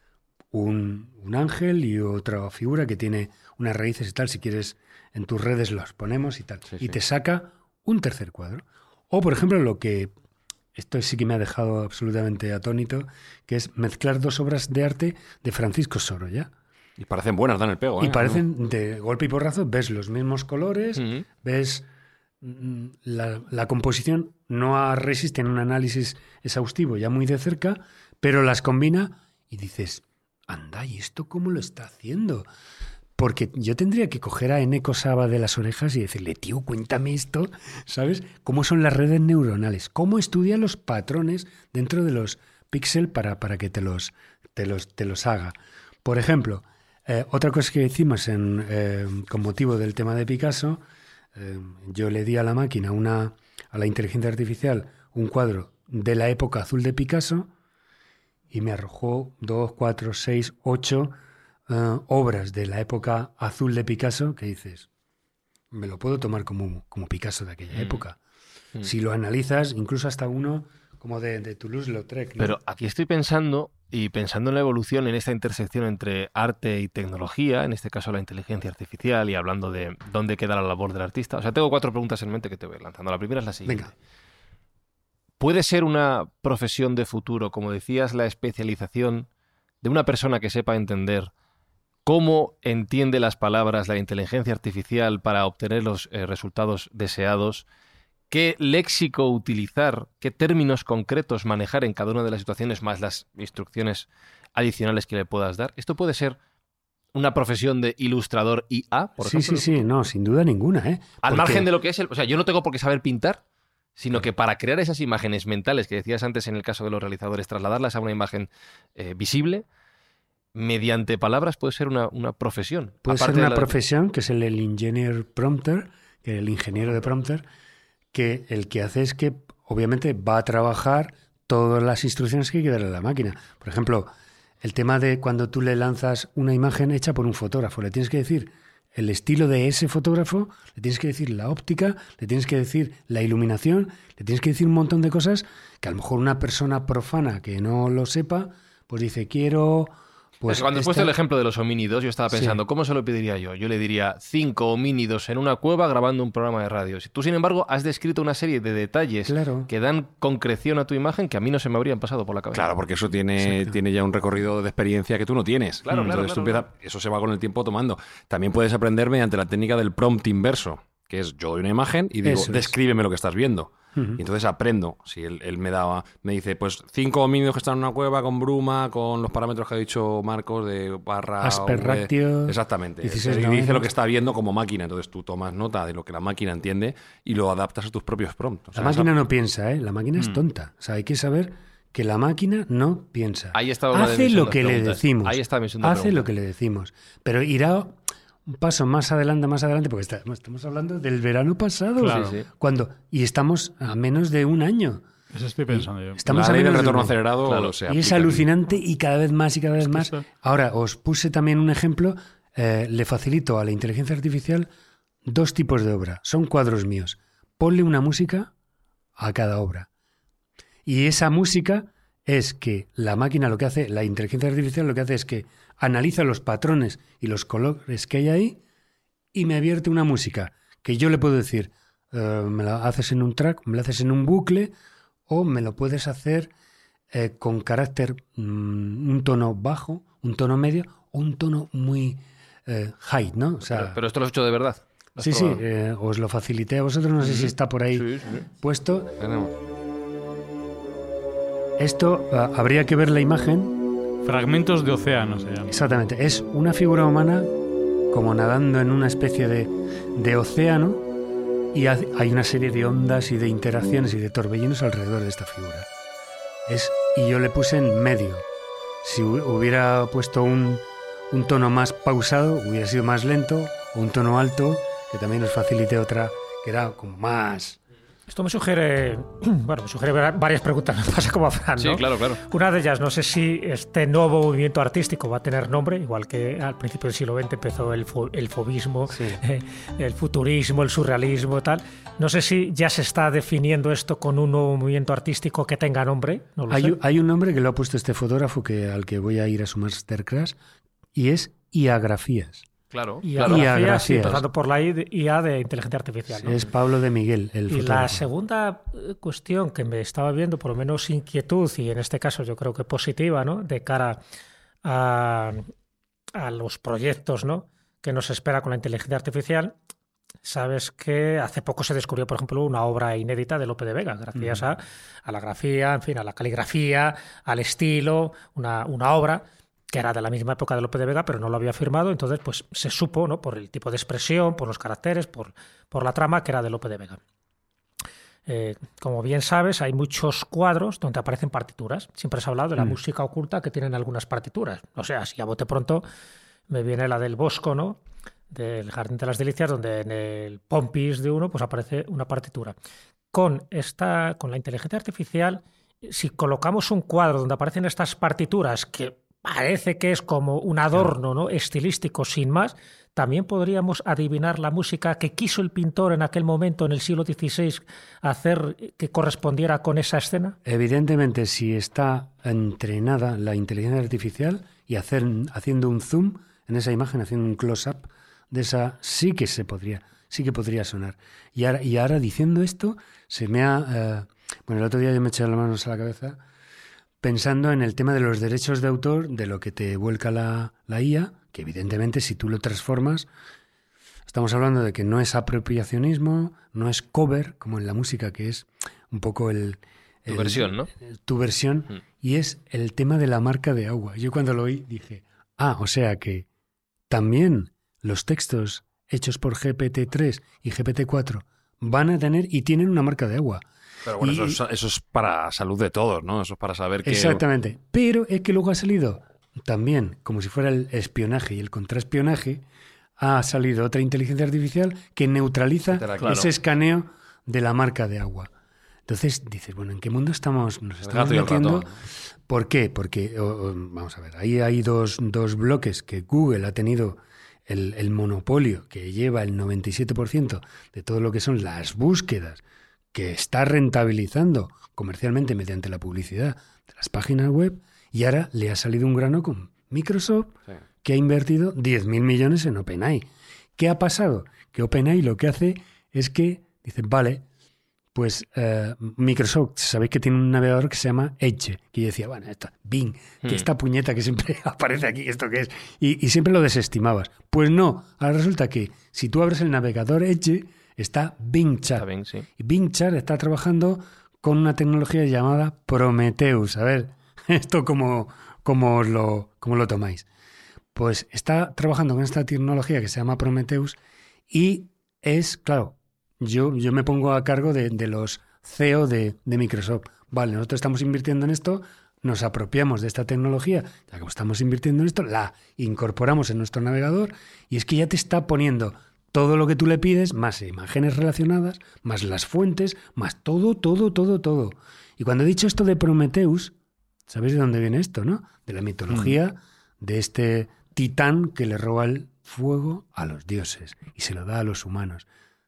Un, un ángel y otra figura que tiene unas raíces y tal. Si quieres, en tus redes los ponemos y tal. Sí, y sí. te saca un tercer cuadro. O, por ejemplo, lo que... Esto sí que me ha dejado absolutamente atónito, que es mezclar dos obras de arte de Francisco Sorolla. Y parecen buenas, dan el pego. ¿eh? Y parecen, de golpe y porrazo, ves los mismos colores, uh-huh. ves mm, la, la composición, no resiste en un análisis exhaustivo ya muy de cerca, pero las combina y dices, anda, ¿y esto cómo lo está haciendo? Porque yo tendría que coger a Eneco Saba de las orejas y decirle, tío, cuéntame esto, ¿sabes? ¿Cómo son las redes neuronales? ¿Cómo estudia los patrones dentro de los píxeles para, para que te los, te, los, te los haga? Por ejemplo, eh, otra cosa que hicimos en, eh, con motivo del tema de Picasso, eh, yo le di a la máquina, una, a la inteligencia artificial, un cuadro de la época azul de Picasso y me arrojó dos, cuatro, seis, ocho... Uh, obras de la época azul de Picasso que dices, me lo puedo tomar como, como Picasso de aquella mm. época. Mm. Si lo analizas, incluso hasta uno como de, de Toulouse-Lautrec, ¿no? Pero aquí estoy pensando, y pensando en la evolución, en esta intersección entre arte y tecnología, en este caso la inteligencia artificial, y hablando de dónde queda la labor del artista. O sea, tengo cuatro preguntas en mente que te voy lanzando. La primera es la siguiente. Venga. ¿Puede ser una profesión de futuro, como decías, la especialización de una persona que sepa entender cómo entiende las palabras la inteligencia artificial para obtener los eh, resultados deseados? ¿Qué léxico utilizar? ¿Qué términos concretos manejar en cada una de las situaciones más las instrucciones adicionales que le puedas dar? ¿Esto puede ser una profesión de ilustrador I A, por sí, ejemplo? Sí, sí, sí, no, sin duda ninguna, ¿eh? Al Porque... margen de lo que es el... O sea, yo no tengo por qué saber pintar, sino que para crear esas imágenes mentales que decías antes en el caso de los realizadores, trasladarlas a una imagen eh, visible... mediante palabras puede ser una, una profesión. Puede ser una profesión, que es el, el engineer prompter, que el ingeniero de prompter, que el que hace es que obviamente va a trabajar todas las instrucciones que hay que darle a la máquina. Por ejemplo, el tema de cuando tú le lanzas una imagen hecha por un fotógrafo, le tienes que decir el estilo de ese fotógrafo, le tienes que decir la óptica, le tienes que decir la iluminación, le tienes que decir un montón de cosas que a lo mejor una persona profana que no lo sepa, pues dice, quiero... Pues Cuando has esta... puesto el ejemplo de los homínidos, yo estaba pensando, sí. ¿Cómo se lo pediría yo? Yo le diría cinco homínidos en una cueva grabando un programa de radio. Si tú, sin embargo, has descrito una serie de detalles claro. que dan concreción a tu imagen que a mí no se me habrían pasado por la cabeza. Claro, porque eso tiene, tiene ya un recorrido de experiencia que tú no tienes. Claro, claro, Entonces claro, tú empiezas, claro. Eso se va con el tiempo tomando. También puedes aprender mediante la técnica del prompt inverso, que es yo doy una imagen y digo, descríbeme lo que estás viendo. Uh-huh. Y entonces aprendo. Si él, él me daba, me dice, pues cinco homínidos que están en una cueva con bruma, con los parámetros que ha dicho Marcos de barra... Asperratio. Exactamente. dieciséis, y no, dice no. lo que está viendo como máquina. Entonces tú tomas nota de lo que la máquina entiende y lo adaptas a tus propios prompts. O sea, la máquina esa... no piensa, ¿eh? La máquina mm. es tonta. O sea, hay que saber que la máquina no piensa. Ahí está una Hace de mis lo que preguntas. le decimos. Ahí está mi Hace pregunta. lo que le decimos. Pero irá... un paso más adelante, más adelante, porque está, estamos hablando del verano pasado. Claro. Sí, sí. Cuando, y estamos a menos de un año. Eso estoy pensando yo. Estamos la ley a del menos retorno de acelerado claro. se Y aplica es alucinante aquí. Y cada vez más y cada vez es más. eso. Ahora, os puse también un ejemplo. Eh, le facilito a la inteligencia artificial dos tipos de obra. Son cuadros míos. Ponle una música a cada obra. Y esa música es que la máquina lo que hace, la inteligencia artificial lo que hace es que analiza los patrones y los colores que hay ahí y me advierte una música que yo le puedo decir, uh, me la haces en un track, me la haces en un bucle o me lo puedes hacer eh, con carácter, um, un tono bajo, un tono medio o un tono muy eh, high, ¿no? O sea, pero, pero esto lo has hecho de verdad. Sí, sí, eh, os lo facilité a vosotros, no sé si está por ahí sí, sí. puesto. Tenemos. Esto uh, habría que ver la imagen. Fragmentos de océano se llama. Exactamente, es una figura humana como nadando en una especie de, de océano y hay una serie de ondas y de interacciones y de torbellinos alrededor de esta figura. Es, y yo le puse en medio. Si hubiera puesto un, un tono más pausado, hubiera sido más lento, o un tono alto, que también os facilité otra, que era como más... Esto me sugiere, bueno, me sugiere varias preguntas, me pasa como a Fran, ¿no? Sí, claro, claro. Una de ellas, no sé si este nuevo movimiento artístico va a tener nombre, igual que al principio del siglo veinte empezó el, fo, el fobismo, sí. eh, el futurismo, el surrealismo, tal. No sé si ya se está definiendo esto con un nuevo movimiento artístico que tenga nombre. No lo hay, sé. hay un nombre que lo ha puesto este fotógrafo que, al que voy a ir a su masterclass y es iagrafías. Claro, Y claro. a I A, sí, empezando por la I A de inteligencia artificial, ¿no? Es Pablo de Miguel, el Y fotógrafo. la segunda cuestión que me estaba viendo, por lo menos inquietud, y en este caso yo creo que positiva, ¿no? De cara a, a los proyectos, ¿no? que nos espera con la inteligencia artificial. Sabes que hace poco se descubrió, por ejemplo, una obra inédita de Lope de Vega, gracias uh-huh. a, a la grafía, en fin, a la caligrafía, al estilo, una, una obra que era de la misma época de Lope de Vega, pero no lo había firmado, entonces pues se supo, ¿no? por el tipo de expresión, por los caracteres, por, por la trama, que era de Lope de Vega. Eh, como bien sabes, hay muchos cuadros donde aparecen partituras. Siempre se ha hablado de la mm. música oculta que tienen algunas partituras. O sea, si a bote pronto me viene la del Bosco, ¿no? Del Jardín de las Delicias, donde en el Pompis de uno pues aparece una partitura. Con, esta, con la inteligencia artificial, si colocamos un cuadro donde aparecen estas partituras que parece que es como un adorno, ¿no? estilístico sin más, también podríamos adivinar la música que quiso el pintor en aquel momento, en el siglo dieciséis, hacer que correspondiera con esa escena. Evidentemente, si está entrenada la inteligencia artificial y hacer, haciendo un zoom en esa imagen, haciendo un close-up de esa, sí que se podría, sí que podría sonar. Y ahora, y ahora diciendo esto, se me ha... Eh, bueno, el otro día yo me eché las manos a la cabeza pensando en el tema de los derechos de autor, de lo que te vuelca la, la I A, que evidentemente si tú lo transformas, estamos hablando de que no es apropiacionismo, no es cover, como en la música, que es un poco el... el tu versión, ¿no? Tu versión, mm. y es el tema de la marca de agua. Yo cuando lo oí dije, ah, o sea que también los textos hechos por G P T tres y G P T cuatro van a tener y tienen una marca de agua. Pero bueno, y, eso, es, eso es para salud de todos, ¿no? Eso es para saber que... Exactamente. Pero es que luego ha salido también, como si fuera el espionaje y el contraespionaje, ha salido otra inteligencia artificial que neutraliza claro. ese escaneo de la marca de agua. Entonces dices, bueno, ¿en qué mundo estamos, nos estamos el metiendo? ratón. ¿Por qué? Porque, oh, oh, vamos a ver, ahí hay dos, dos bloques que Google ha tenido el, el monopolio que lleva el noventa y siete por ciento de todo lo que son las búsquedas, que está rentabilizando comercialmente mediante la publicidad de las páginas web, y ahora le ha salido un grano con Microsoft, sí, que ha invertido diez mil millones en OpenAI. ¿Qué ha pasado? Que OpenAI lo que hace es que dice, vale, pues uh, Microsoft, sabéis que tiene un navegador que se llama Edge, que yo decía, bueno, esto, Bing, que mm. esta puñeta que siempre aparece aquí, ¿esto qué es? Y, y siempre lo desestimabas. Pues no, ahora resulta que si tú abres el navegador Edge, está Bing Chat. Está Bing, sí. Y Bing Chat está trabajando con una tecnología llamada Prometheus. A ver, esto cómo, cómo, os lo, cómo lo tomáis. Pues está trabajando con esta tecnología que se llama Prometheus y es, claro, yo, yo me pongo a cargo de, de los C E O de, de Microsoft. Vale, nosotros estamos invirtiendo en esto, nos apropiamos de esta tecnología, ya que estamos invirtiendo en esto, la incorporamos en nuestro navegador y es que ya te está poniendo todo lo que tú le pides, más imágenes relacionadas, más las fuentes, más todo, todo, todo, todo. Y cuando he dicho esto de Prometheus, ¿sabéis de dónde viene esto, no? De la mitología mm. de este titán que le roba el fuego a los dioses y se lo da a los humanos.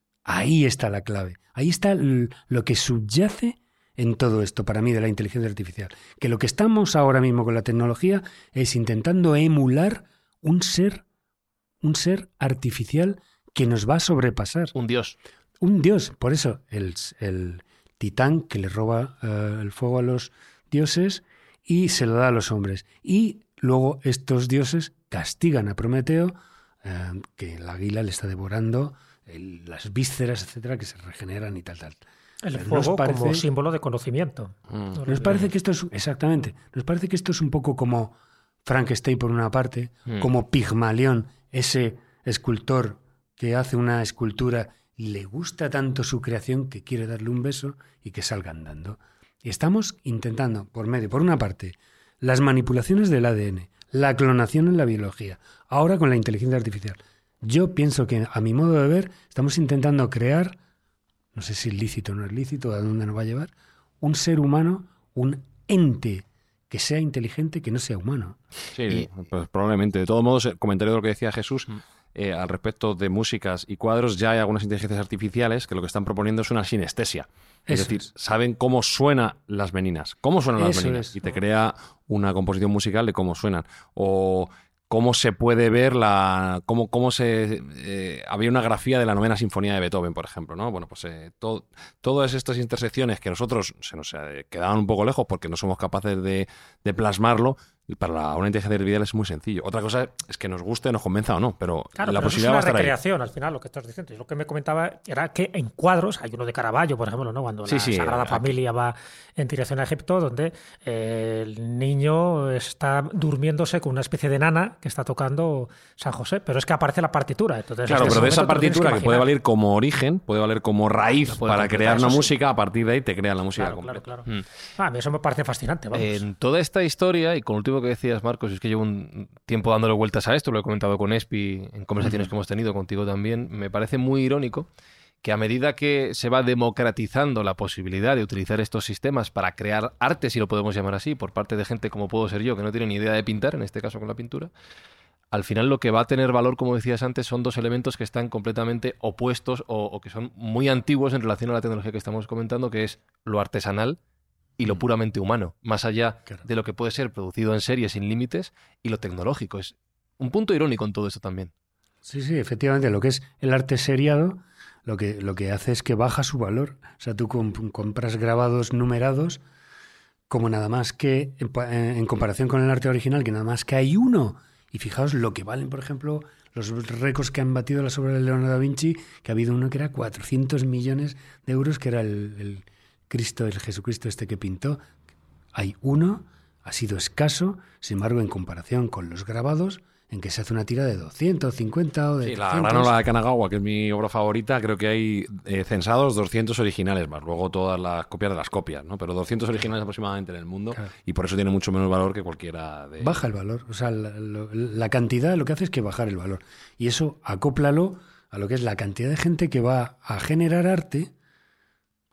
Ahí está la clave. Ahí está l- lo que subyace en todo esto para mí de la inteligencia artificial. Que lo que estamos ahora mismo con la tecnología es intentando emular un ser, un ser artificial que nos va a sobrepasar. Un dios. Un dios. Por eso el, el titán que le roba uh, el fuego a los dioses y se lo da a los hombres. Y luego estos dioses castigan a Prometeo, uh, que el águila le está devorando el, las vísceras, etcétera, que se regeneran y tal, tal. El Pero fuego parece, como símbolo de conocimiento. Mm. Nos parece que esto es, exactamente, nos parece que esto es un poco como Frankenstein por una parte, mm. como Pigmalión, ese escultor que hace una escultura y le gusta tanto su creación que quiere darle un beso y que salga andando. Y estamos intentando, por medio, por una parte, las manipulaciones del A D N, la clonación en la biología, ahora con la inteligencia artificial. Yo pienso que, a mi modo de ver, estamos intentando crear, no sé si es lícito o no es lícito, a dónde nos va a llevar, un ser humano, un ente que sea inteligente, que no sea humano. Sí, y, pues probablemente. De todos modos, el comentario de lo que decía Jesús, eh, al respecto de músicas y cuadros, ya hay algunas inteligencias artificiales que lo que están proponiendo es una sinestesia. Es Eso decir, es. saben cómo suenan las meninas, cómo suenan Eso las meninas, es. y te crea una composición musical de cómo suenan. O cómo se puede ver la cómo, cómo se eh, había una grafía de la novena sinfonía de Beethoven, por ejemplo, ¿no? Bueno, pues eh, todo, todas estas intersecciones que nosotros se nos eh, quedaban un poco lejos porque no somos capaces de, de plasmarlo, para la, una inteligencia artificial es muy sencillo. Otra cosa es que nos guste, nos convenza o no, pero claro, la pero posibilidad va a estar estar ahí. Es una recreación, al final, lo que estás diciendo. Y lo que me comentaba era que en cuadros, hay uno de Caravaggio, por ejemplo, ¿no? Cuando sí, la sí, Sagrada aquí. Familia va en dirección a Egipto, donde eh, el niño está durmiéndose con una especie de nana que está tocando San José, pero es que aparece la partitura. Entonces, claro, pero de esa partitura que, que puede valer como origen, puede valer como raíz para crear una sí. música, a partir de ahí te crean la música claro, completa. Claro, claro. Mm. Ah, a mí eso me parece fascinante. Vamos. En toda esta historia, y con lo último que decías, Marcos, es que llevo un tiempo dándole vueltas a esto, lo he comentado con Espi en conversaciones uh-huh. que hemos tenido contigo también, me parece muy irónico que a medida que se va democratizando la posibilidad de utilizar estos sistemas para crear arte, si lo podemos llamar así, por parte de gente como puedo ser yo, que no tiene ni idea de pintar, en este caso con la pintura, al final lo que va a tener valor, como decías antes, son dos elementos que están completamente opuestos o, o que son muy antiguos en relación a la tecnología que estamos comentando, que es lo artesanal y lo puramente humano, más allá claro. de lo que puede ser producido en serie sin límites, y lo tecnológico. Es un punto irónico en todo esto también. Sí, sí, efectivamente, lo que es el arte seriado, lo que, lo que hace es que baja su valor. O sea, tú comp- compras grabados numerados como nada más que, en, en comparación con el arte original, que nada más que hay uno. Y fijaos lo que valen, por ejemplo, los récords que han batido las obras de Leonardo da Vinci, que ha habido uno que era cuatrocientos millones de euros, que era el... el Cristo, el Jesucristo este que pintó. Hay uno, ha sido escaso, sin embargo, en comparación con los grabados, en que se hace una tira de doscientos cincuenta o de sí, trescientos. La Granola de Kanagawa, que es mi obra favorita, creo que hay eh, censados doscientos originales más, luego todas las copias de las copias, ¿no? Pero doscientos originales aproximadamente en el mundo, claro. y por eso tiene mucho menos valor que cualquiera de... Baja el valor, o sea, la, la, la cantidad lo que hace es que bajar el valor. Y eso acóplalo a lo que es la cantidad de gente que va a generar arte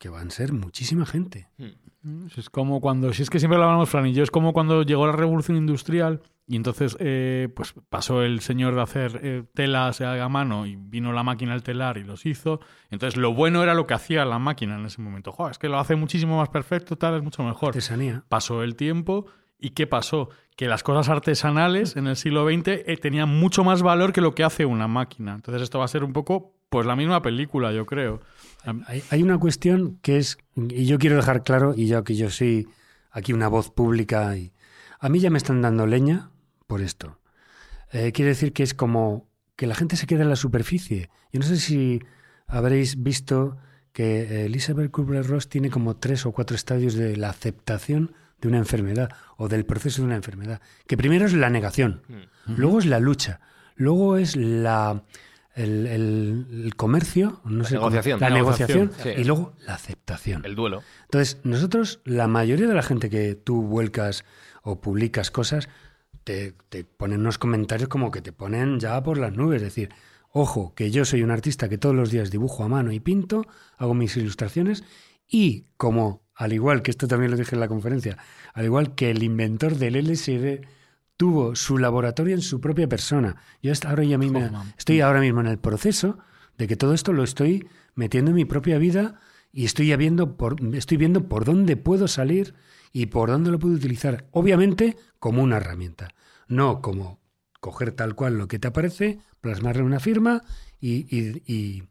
que van a ser muchísima gente. Es como cuando, si es que siempre lo hablamos, Fran y yo, es como cuando llegó la revolución industrial y entonces eh, pues pasó el señor de hacer eh, telas a mano y vino la máquina al telar y los hizo. Entonces lo bueno era lo que hacía la máquina en ese momento. Joder, es que lo hace muchísimo más perfecto, tal, es mucho mejor. Artesanía. Pasó el tiempo y ¿qué pasó? Que las cosas artesanales en el siglo veinte eh, tenían mucho más valor que lo que hace una máquina. Entonces esto va a ser un poco pues la misma película, yo creo. Hay, hay una cuestión que es, y yo quiero dejar claro, y ya que yo soy aquí una voz pública, y a mí ya me están dando leña por esto. Eh, quiere decir que es como que la gente se queda en la superficie. Yo no sé si habréis visto que Elizabeth Kubler-Ross tiene como tres o cuatro estadios de la aceptación de una enfermedad o del proceso de una enfermedad. Que primero es la negación, mm. luego es la lucha, luego es la... El, el, el comercio, no la sé negociación, cómo, la, la negociación, negociación sí. Y luego la aceptación. El duelo. Entonces, nosotros, la mayoría de la gente que tú vuelcas o publicas cosas, te, te ponen unos comentarios como que te ponen ya por las nubes. Es decir, ojo, que yo soy un artista que todos los días dibujo a mano y pinto, hago mis ilustraciones y como, al igual que esto también lo dije en la conferencia, al igual que el inventor del L S D tuvo su laboratorio en su propia persona. Yo hasta ahora ya mismo, estoy ahora mismo en el proceso de que todo esto lo estoy metiendo en mi propia vida y estoy ya viendo por, estoy viendo por dónde puedo salir y por dónde lo puedo utilizar. Obviamente como una herramienta, no como coger tal cual lo que te aparece, plasmarle una firma y, y, y,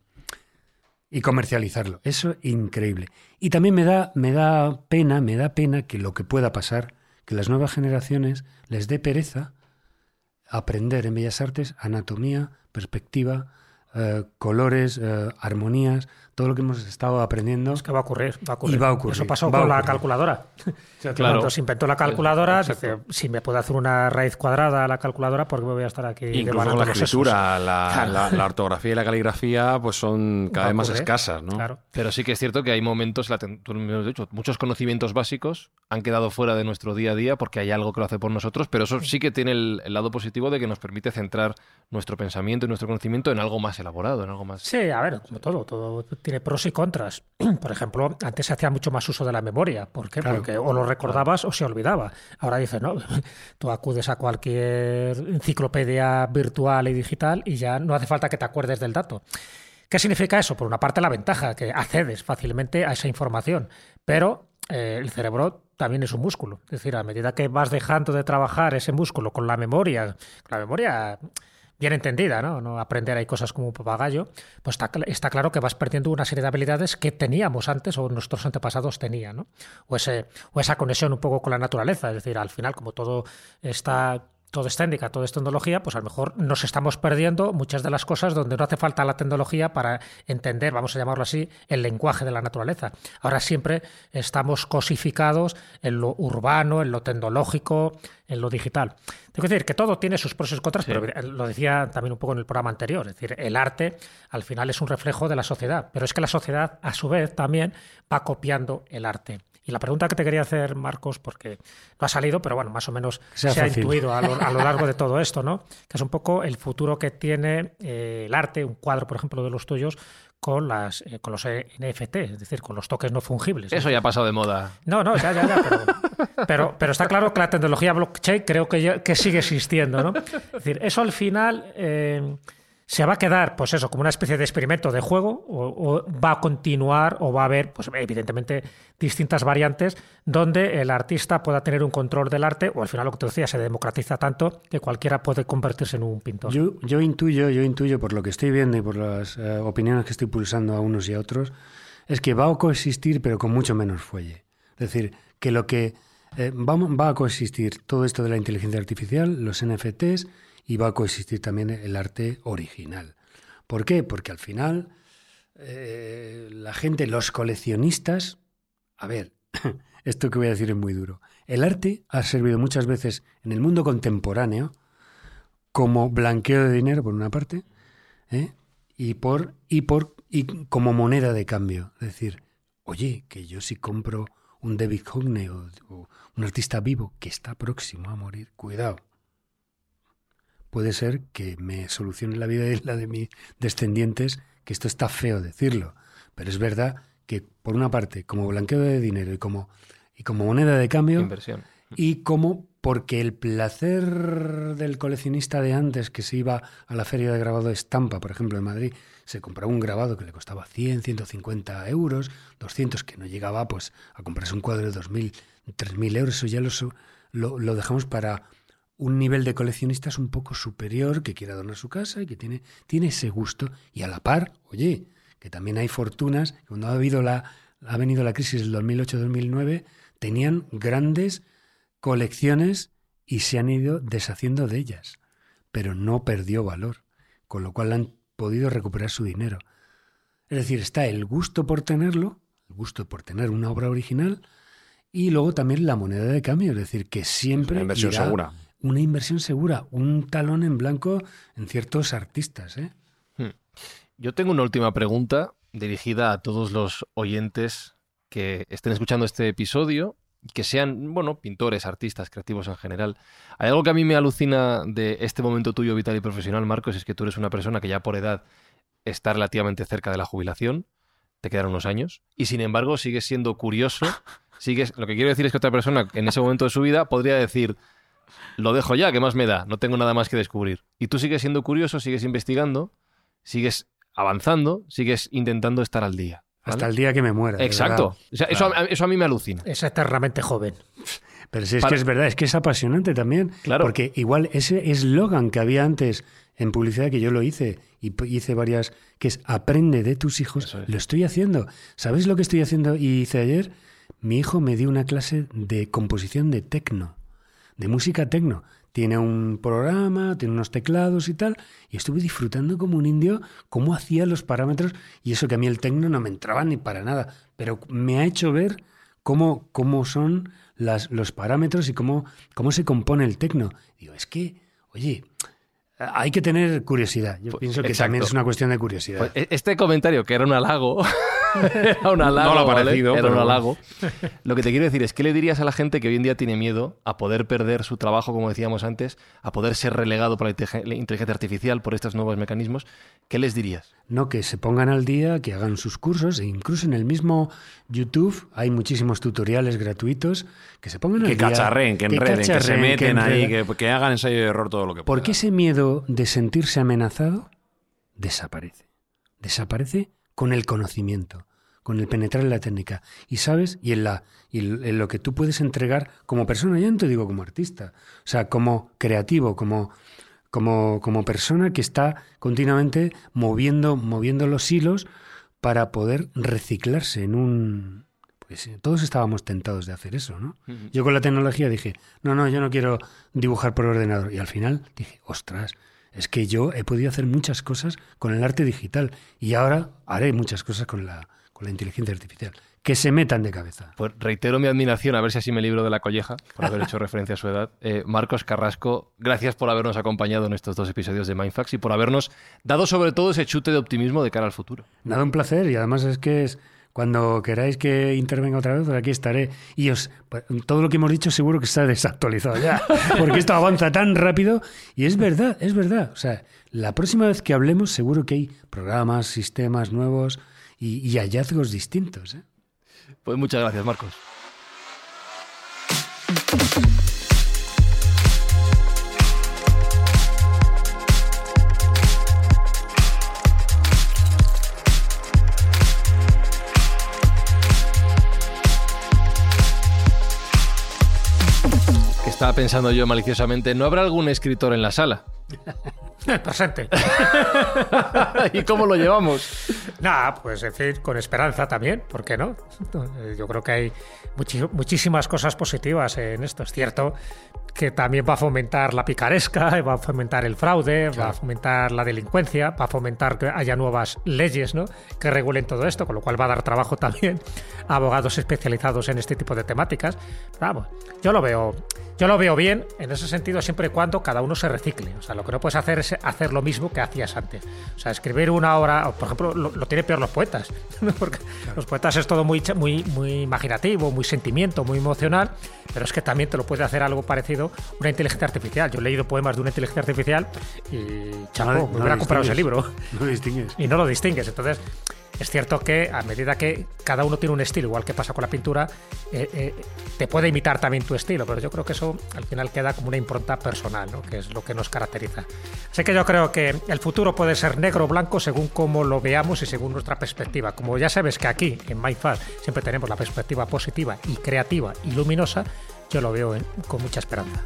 y comercializarlo. Eso es increíble. Y también me da, me da pena, me da pena que lo que pueda pasar, que las nuevas generaciones les dé pereza aprender en Bellas Artes anatomía, perspectiva, eh, colores, eh, armonías, todo lo que hemos estado aprendiendo. Es que va a ocurrir, va a ocurrir. Y va a ocurrir. Eso pasó con la calculadora. Claro. Cuando se inventó la calculadora, Exacto. dice, si me puedo hacer una raíz cuadrada a la calculadora, ¿por qué me voy a estar aquí? Incluso la escritura, la, claro. la, la ortografía y la caligrafía pues son cada vez más escasas, ¿no? Claro. Pero sí que es cierto que hay momentos, la ten- tú me has dicho, muchos conocimientos básicos han quedado fuera de nuestro día a día porque hay algo que lo hace por nosotros, pero eso sí que tiene el, el lado positivo de que nos permite centrar nuestro pensamiento y nuestro conocimiento en algo más elaborado, en algo más... Sí, a ver, como todo, todo tiene pros y contras. Por ejemplo, antes se hacía mucho más uso de la memoria. ¿Por qué? Claro. Porque o lo recordabas o se olvidaba. Ahora dices, no, tú acudes a cualquier enciclopedia virtual y digital y ya no hace falta que te acuerdes del dato. ¿Qué significa eso? Por una parte, la ventaja, que accedes fácilmente a esa información, pero eh, el cerebro también es un músculo. Es decir, a medida que vas dejando de trabajar ese músculo con la memoria, con la memoria bien entendida, ¿no? No aprender hay cosas como un papagayo, pues está, está claro que vas perdiendo una serie de habilidades que teníamos antes o nuestros antepasados tenían, ¿no? O, ese, o esa conexión un poco con la naturaleza. Es decir, al final, como todo está... todo es técnica, todo es tecnología, pues a lo mejor nos estamos perdiendo muchas de las cosas donde no hace falta la tecnología para entender, vamos a llamarlo así, el lenguaje de la naturaleza. Ahora siempre estamos cosificados en lo urbano, en lo tecnológico, en lo digital. Tengo que decir que todo tiene sus pros y sus contras, sí. Pero lo decía también un poco en el programa anterior, es decir, el arte al final es un reflejo de la sociedad, pero es que la sociedad a su vez también va copiando el arte. Y la pregunta que te quería hacer, Marcos, porque no ha salido, pero bueno, más o menos Sea se ha fácil. intuido a lo, a lo largo de todo esto, ¿no? Que es un poco el futuro que tiene eh, el arte, un cuadro, por ejemplo, de los tuyos, con las eh, con los N F T, es decir, con los tokens no fungibles. Eso ya ha pasado de moda. No, no, ya, ya, ya, pero, pero, pero está claro que la tecnología blockchain creo que, ya, que sigue existiendo, ¿no? Es decir, eso al final... Eh, ¿se va a quedar, pues eso, como una especie de experimento de juego o, o va a continuar o va a haber, pues evidentemente, distintas variantes donde el artista pueda tener un control del arte o al final lo que te decía, se democratiza tanto que cualquiera puede convertirse en un pintor? Yo, yo intuyo, yo intuyo por lo que estoy viendo y por las eh, opiniones que estoy pulsando a unos y a otros, es que va a coexistir pero con mucho menos fuelle. Es decir, que lo que eh, va, va a coexistir todo esto de la inteligencia artificial, los N F Ts, y va a coexistir también el arte original. ¿Por qué? Porque al final eh, la gente, los coleccionistas... A ver, esto que voy a decir es muy duro. El arte ha servido muchas veces en el mundo contemporáneo como blanqueo de dinero, por una parte, ¿eh? y, por, y, por, y como moneda de cambio. Es decir, oye, que yo si compro un David Hockney o, o un artista vivo que está próximo a morir, cuidado. Puede ser que me solucione la vida y la de mis descendientes, que esto está feo decirlo, pero es verdad que, por una parte, como blanqueo de dinero y como, y como moneda de cambio, inversión. Y como porque el placer del coleccionista de antes que se iba a la feria de grabado de Estampa, por ejemplo, en Madrid, se compraba un grabado que le costaba cien, ciento cincuenta euros, doscientos, que no llegaba pues a comprarse un cuadro de dos mil, tres mil euros. Eso ya lo, lo, lo dejamos para un nivel de coleccionistas un poco superior, que quiere adornar su casa y que tiene, tiene ese gusto. Y a la par, oye, que también hay fortunas, cuando ha, habido la, ha venido la crisis del dos mil ocho dos mil nueve, tenían grandes colecciones y se han ido deshaciendo de ellas, pero no perdió valor, con lo cual han podido recuperar su dinero. Es decir, está el gusto por tenerlo, el gusto por tener una obra original, y luego también la moneda de cambio, es decir, que siempre una inversión irá segura. Una inversión segura, un talón en blanco en ciertos artistas, ¿eh? Hmm. Yo tengo una última pregunta dirigida a todos los oyentes que estén escuchando este episodio, que sean, bueno, pintores, artistas, creativos en general. Hay algo que a mí me alucina de este momento tuyo vital y profesional, Marcos, es que tú eres una persona que ya por edad está relativamente cerca de la jubilación, te quedan unos años, y sin embargo sigues siendo curioso, sigues, lo que quiero decir es que otra persona en ese momento de su vida podría decir, lo dejo ya, ¿qué más me da? No tengo nada más que descubrir. Y tú sigues siendo curioso, sigues investigando, sigues avanzando, sigues intentando estar al día. ¿Vale? Hasta el día que me muera. Exacto. O sea, eso, a, eso a mí me alucina. Es eternamente joven. Pero si es Para... que es verdad, es que es apasionante también. Claro. Porque igual ese eslogan que había antes en publicidad, que yo lo hice, y hice varias, que es aprende de tus hijos, es. Lo estoy haciendo. ¿Sabéis lo que estoy haciendo? Y hice ayer, mi hijo me dio una clase de composición de tecno, de música tecno. Tiene un programa, tiene unos teclados y tal, y estuve disfrutando como un indio cómo hacía los parámetros, y eso que a mí el tecno no me entraba ni para nada, pero me ha hecho ver cómo, cómo son las, los parámetros y cómo, cómo se compone el tecno. Digo, es que, oye, hay que tener curiosidad. Yo pues, pienso que exacto. También es una cuestión de curiosidad. Pues este comentario, que era un halago... Era un halago, no lo ha ¿vale? parecido, Era pero... un halago. Lo que te quiero decir es, ¿qué le dirías a la gente que hoy en día tiene miedo a poder perder su trabajo, como decíamos antes, a poder ser relegado por la inteligencia artificial, por estos nuevos mecanismos? ¿Qué les dirías? No, que se pongan al día, que hagan sus cursos, e incluso en el mismo YouTube hay muchísimos tutoriales gratuitos, que se pongan que al día. Cacharren, que enreden, que, que se meten que ahí, que, que hagan ensayo y error todo lo que puedan. Porque ese miedo de sentirse amenazado desaparece. Desaparece con el conocimiento, con el penetrar en la técnica. Y sabes, y en, la, y en lo que tú puedes entregar como persona, ya no te digo como artista, o sea, como creativo, como, como, como persona que está continuamente moviendo, moviendo los hilos para poder reciclarse en un... Pues todos estábamos tentados de hacer eso, ¿no? Uh-huh. Yo con la tecnología dije, no, no, yo no quiero dibujar por ordenador. Y al final dije, ostras, es que yo he podido hacer muchas cosas con el arte digital y ahora haré muchas cosas con la, con la inteligencia artificial. Que se metan de cabeza. Pues reitero mi admiración, a ver si así me libro de la colleja, por haber hecho referencia a su edad. Eh, Marcos Carrasco, gracias por habernos acompañado en estos dos episodios de Mindfax y por habernos dado sobre todo ese chute de optimismo de cara al futuro. Nada, un placer, y además es que es... Cuando queráis que intervenga otra vez, pues aquí estaré. Y os, todo lo que hemos dicho seguro que está desactualizado ya, porque esto avanza tan rápido. Y es verdad, es verdad. O sea, la próxima vez que hablemos seguro que hay programas, sistemas nuevos y, y hallazgos distintos, ¿eh? Pues muchas gracias, Marcos. Estaba pensando yo maliciosamente, ¿no habrá algún escritor en la sala? Presente. ¿Y cómo lo llevamos? Nada, pues en fin, con esperanza también, ¿por qué no? Yo creo que hay muchi- muchísimas cosas positivas en esto. Es cierto que también va a fomentar la picaresca, va a fomentar el fraude, claro. Va a fomentar la delincuencia, va a fomentar que haya nuevas leyes, ¿no?, que regulen todo esto, con lo cual va a dar trabajo también a abogados especializados en este tipo de temáticas. Vamos, yo lo veo... Yo lo veo bien en ese sentido siempre y cuando cada uno se recicle. O sea, lo que no puedes hacer es hacer lo mismo que hacías antes. O sea, escribir una obra, por ejemplo, lo, lo tienen peor los poetas, porque claro. Los poetas es todo muy, muy, muy imaginativo, muy sentimiento, muy emocional, pero es que también te lo puede hacer algo parecido una inteligencia artificial. Yo he leído poemas de una inteligencia artificial y chapo, no, me hubiera no comprado ese libro. No lo distingues. Y no lo distingues. Entonces, Es cierto que a medida que cada uno tiene un estilo, igual que pasa con la pintura, eh, eh, te puede imitar también tu estilo, pero yo creo que eso al final queda como una impronta personal, ¿no? Que es lo que nos caracteriza. Así que yo creo que el futuro puede ser negro o blanco según cómo lo veamos y según nuestra perspectiva. Como ya sabes que aquí en Mindfast siempre tenemos la perspectiva positiva y creativa y luminosa, yo lo veo en, con mucha esperanza.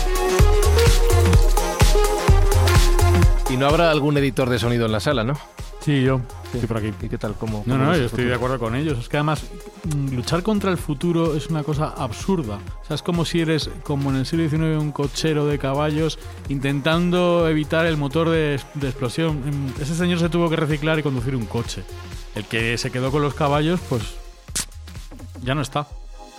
Y no habrá algún editor de sonido en la sala, ¿no? Sí, yo. Sí. Estoy por aquí. ¿Y qué tal? ¿Cómo, no, cómo no, ves yo el estoy futuro? de acuerdo con ellos. Es que además mm, luchar contra el futuro es una cosa absurda. O sea, es como si eres, como en el siglo diecinueve, un cochero de caballos intentando evitar el motor de, de explosión. Ese señor se tuvo que reciclar y conducir un coche. El que se quedó con los caballos, pues ya no está.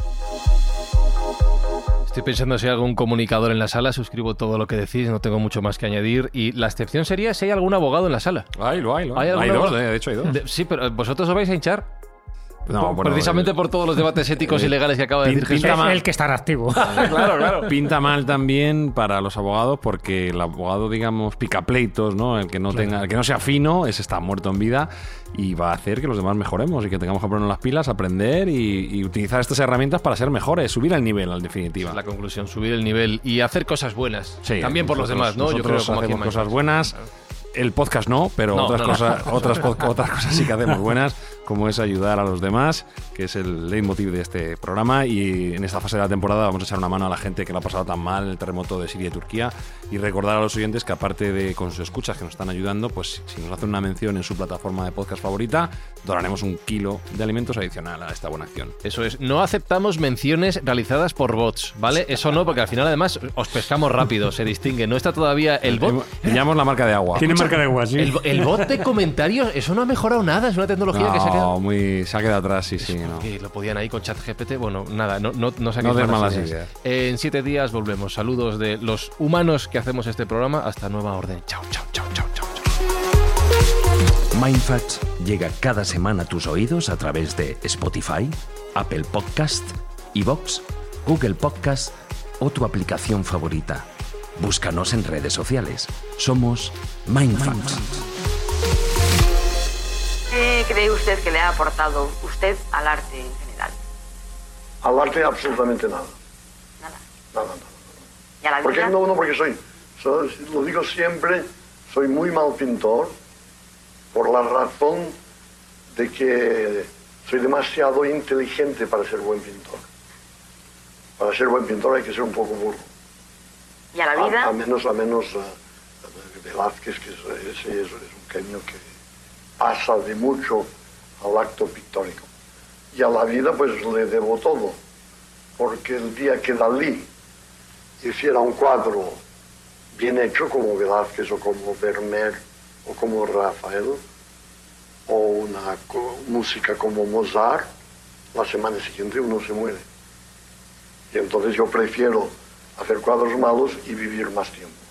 Estoy pensando si hay algún comunicador en la sala, suscribo todo lo que decís, no tengo mucho más que añadir. Y la excepción sería si hay algún abogado en la sala. Hay, lo hay, lo hay. ¿Hay, Hay algún dos, abogado? de hecho hay dos. De- sí, pero ¿vosotros os vais a hinchar? No, Por- bueno, precisamente eh, por todos los debates éticos eh, y legales que acaba de pin- decir Jesús. pinta Es mal. el que está en activo. Claro, claro. Pinta mal también para los abogados porque el abogado, digamos, pica pleitos, ¿no? El que no tenga, el que no sea fino, ese está muerto en vida y va a hacer que los demás mejoremos y que tengamos que ponernos las pilas, aprender y, y utilizar estas herramientas para ser mejores, subir el nivel, en definitiva. Es la conclusión, subir el nivel y hacer cosas buenas. Sí, También por los nosotros- demás, ¿no? Yo creo nosotros como aquí en hacemos cosas Mindfast. buenas. El podcast no, pero No, otras no, no. cosas, otras pod- otras cosas sí que hacemos buenas, como es ayudar a los demás, que es el leitmotiv de este programa. Y en esta fase de la temporada vamos a echar una mano a la gente que la ha pasado tan mal en el terremoto de Siria y Turquía y recordar a los oyentes que aparte de con sus escuchas que nos están ayudando, pues si nos hacen una mención en su plataforma de podcast favorita, donaremos un kilo de alimentos adicional a esta buena acción. Eso es, no aceptamos menciones realizadas por bots, ¿vale? Eso no, porque al final además os pescamos rápido, se distingue. No está todavía el bot. Pillamos la marca de agua. Tiene marca de agua, sí. El, el bot de comentarios, eso no ha mejorado nada, es una tecnología No, que se ha quedado. muy, se ha quedado atrás, sí, sí. No. Que lo podían ahí con ChatGPT, bueno, nada, no, no, no saquéis No des malas malas ideas. ideas. Eh, en siete días volvemos. Saludos de los humanos que hacemos este programa. Hasta nueva orden. Chao, chao, chao, chao, chao. Mindfacts llega cada semana a tus oídos a través de Spotify, Apple Podcast, iVoox, Google Podcast o tu aplicación favorita. Búscanos en redes sociales. Somos Mindfacts. ¿Qué cree usted que le ha aportado usted al arte en general? Al arte absolutamente nada. Nada. Nada, nada. ¿Y a la Porque vida? no, no, porque soy, soy, lo digo siempre, soy muy mal pintor por la razón de que soy demasiado inteligente para ser buen pintor. Para ser buen pintor hay que ser un poco burro. ¿Y a la vida? A, a menos, a menos uh, Velázquez, que es, ese es, es un genio que pasa de mucho al acto pictórico. Y a la vida pues le debo todo, porque el día que Dalí hiciera un cuadro bien hecho como Velázquez o como Vermeer o como Rafael o una co- música como Mozart, la semana siguiente uno se muere. Y entonces yo prefiero hacer cuadros malos y vivir más tiempo.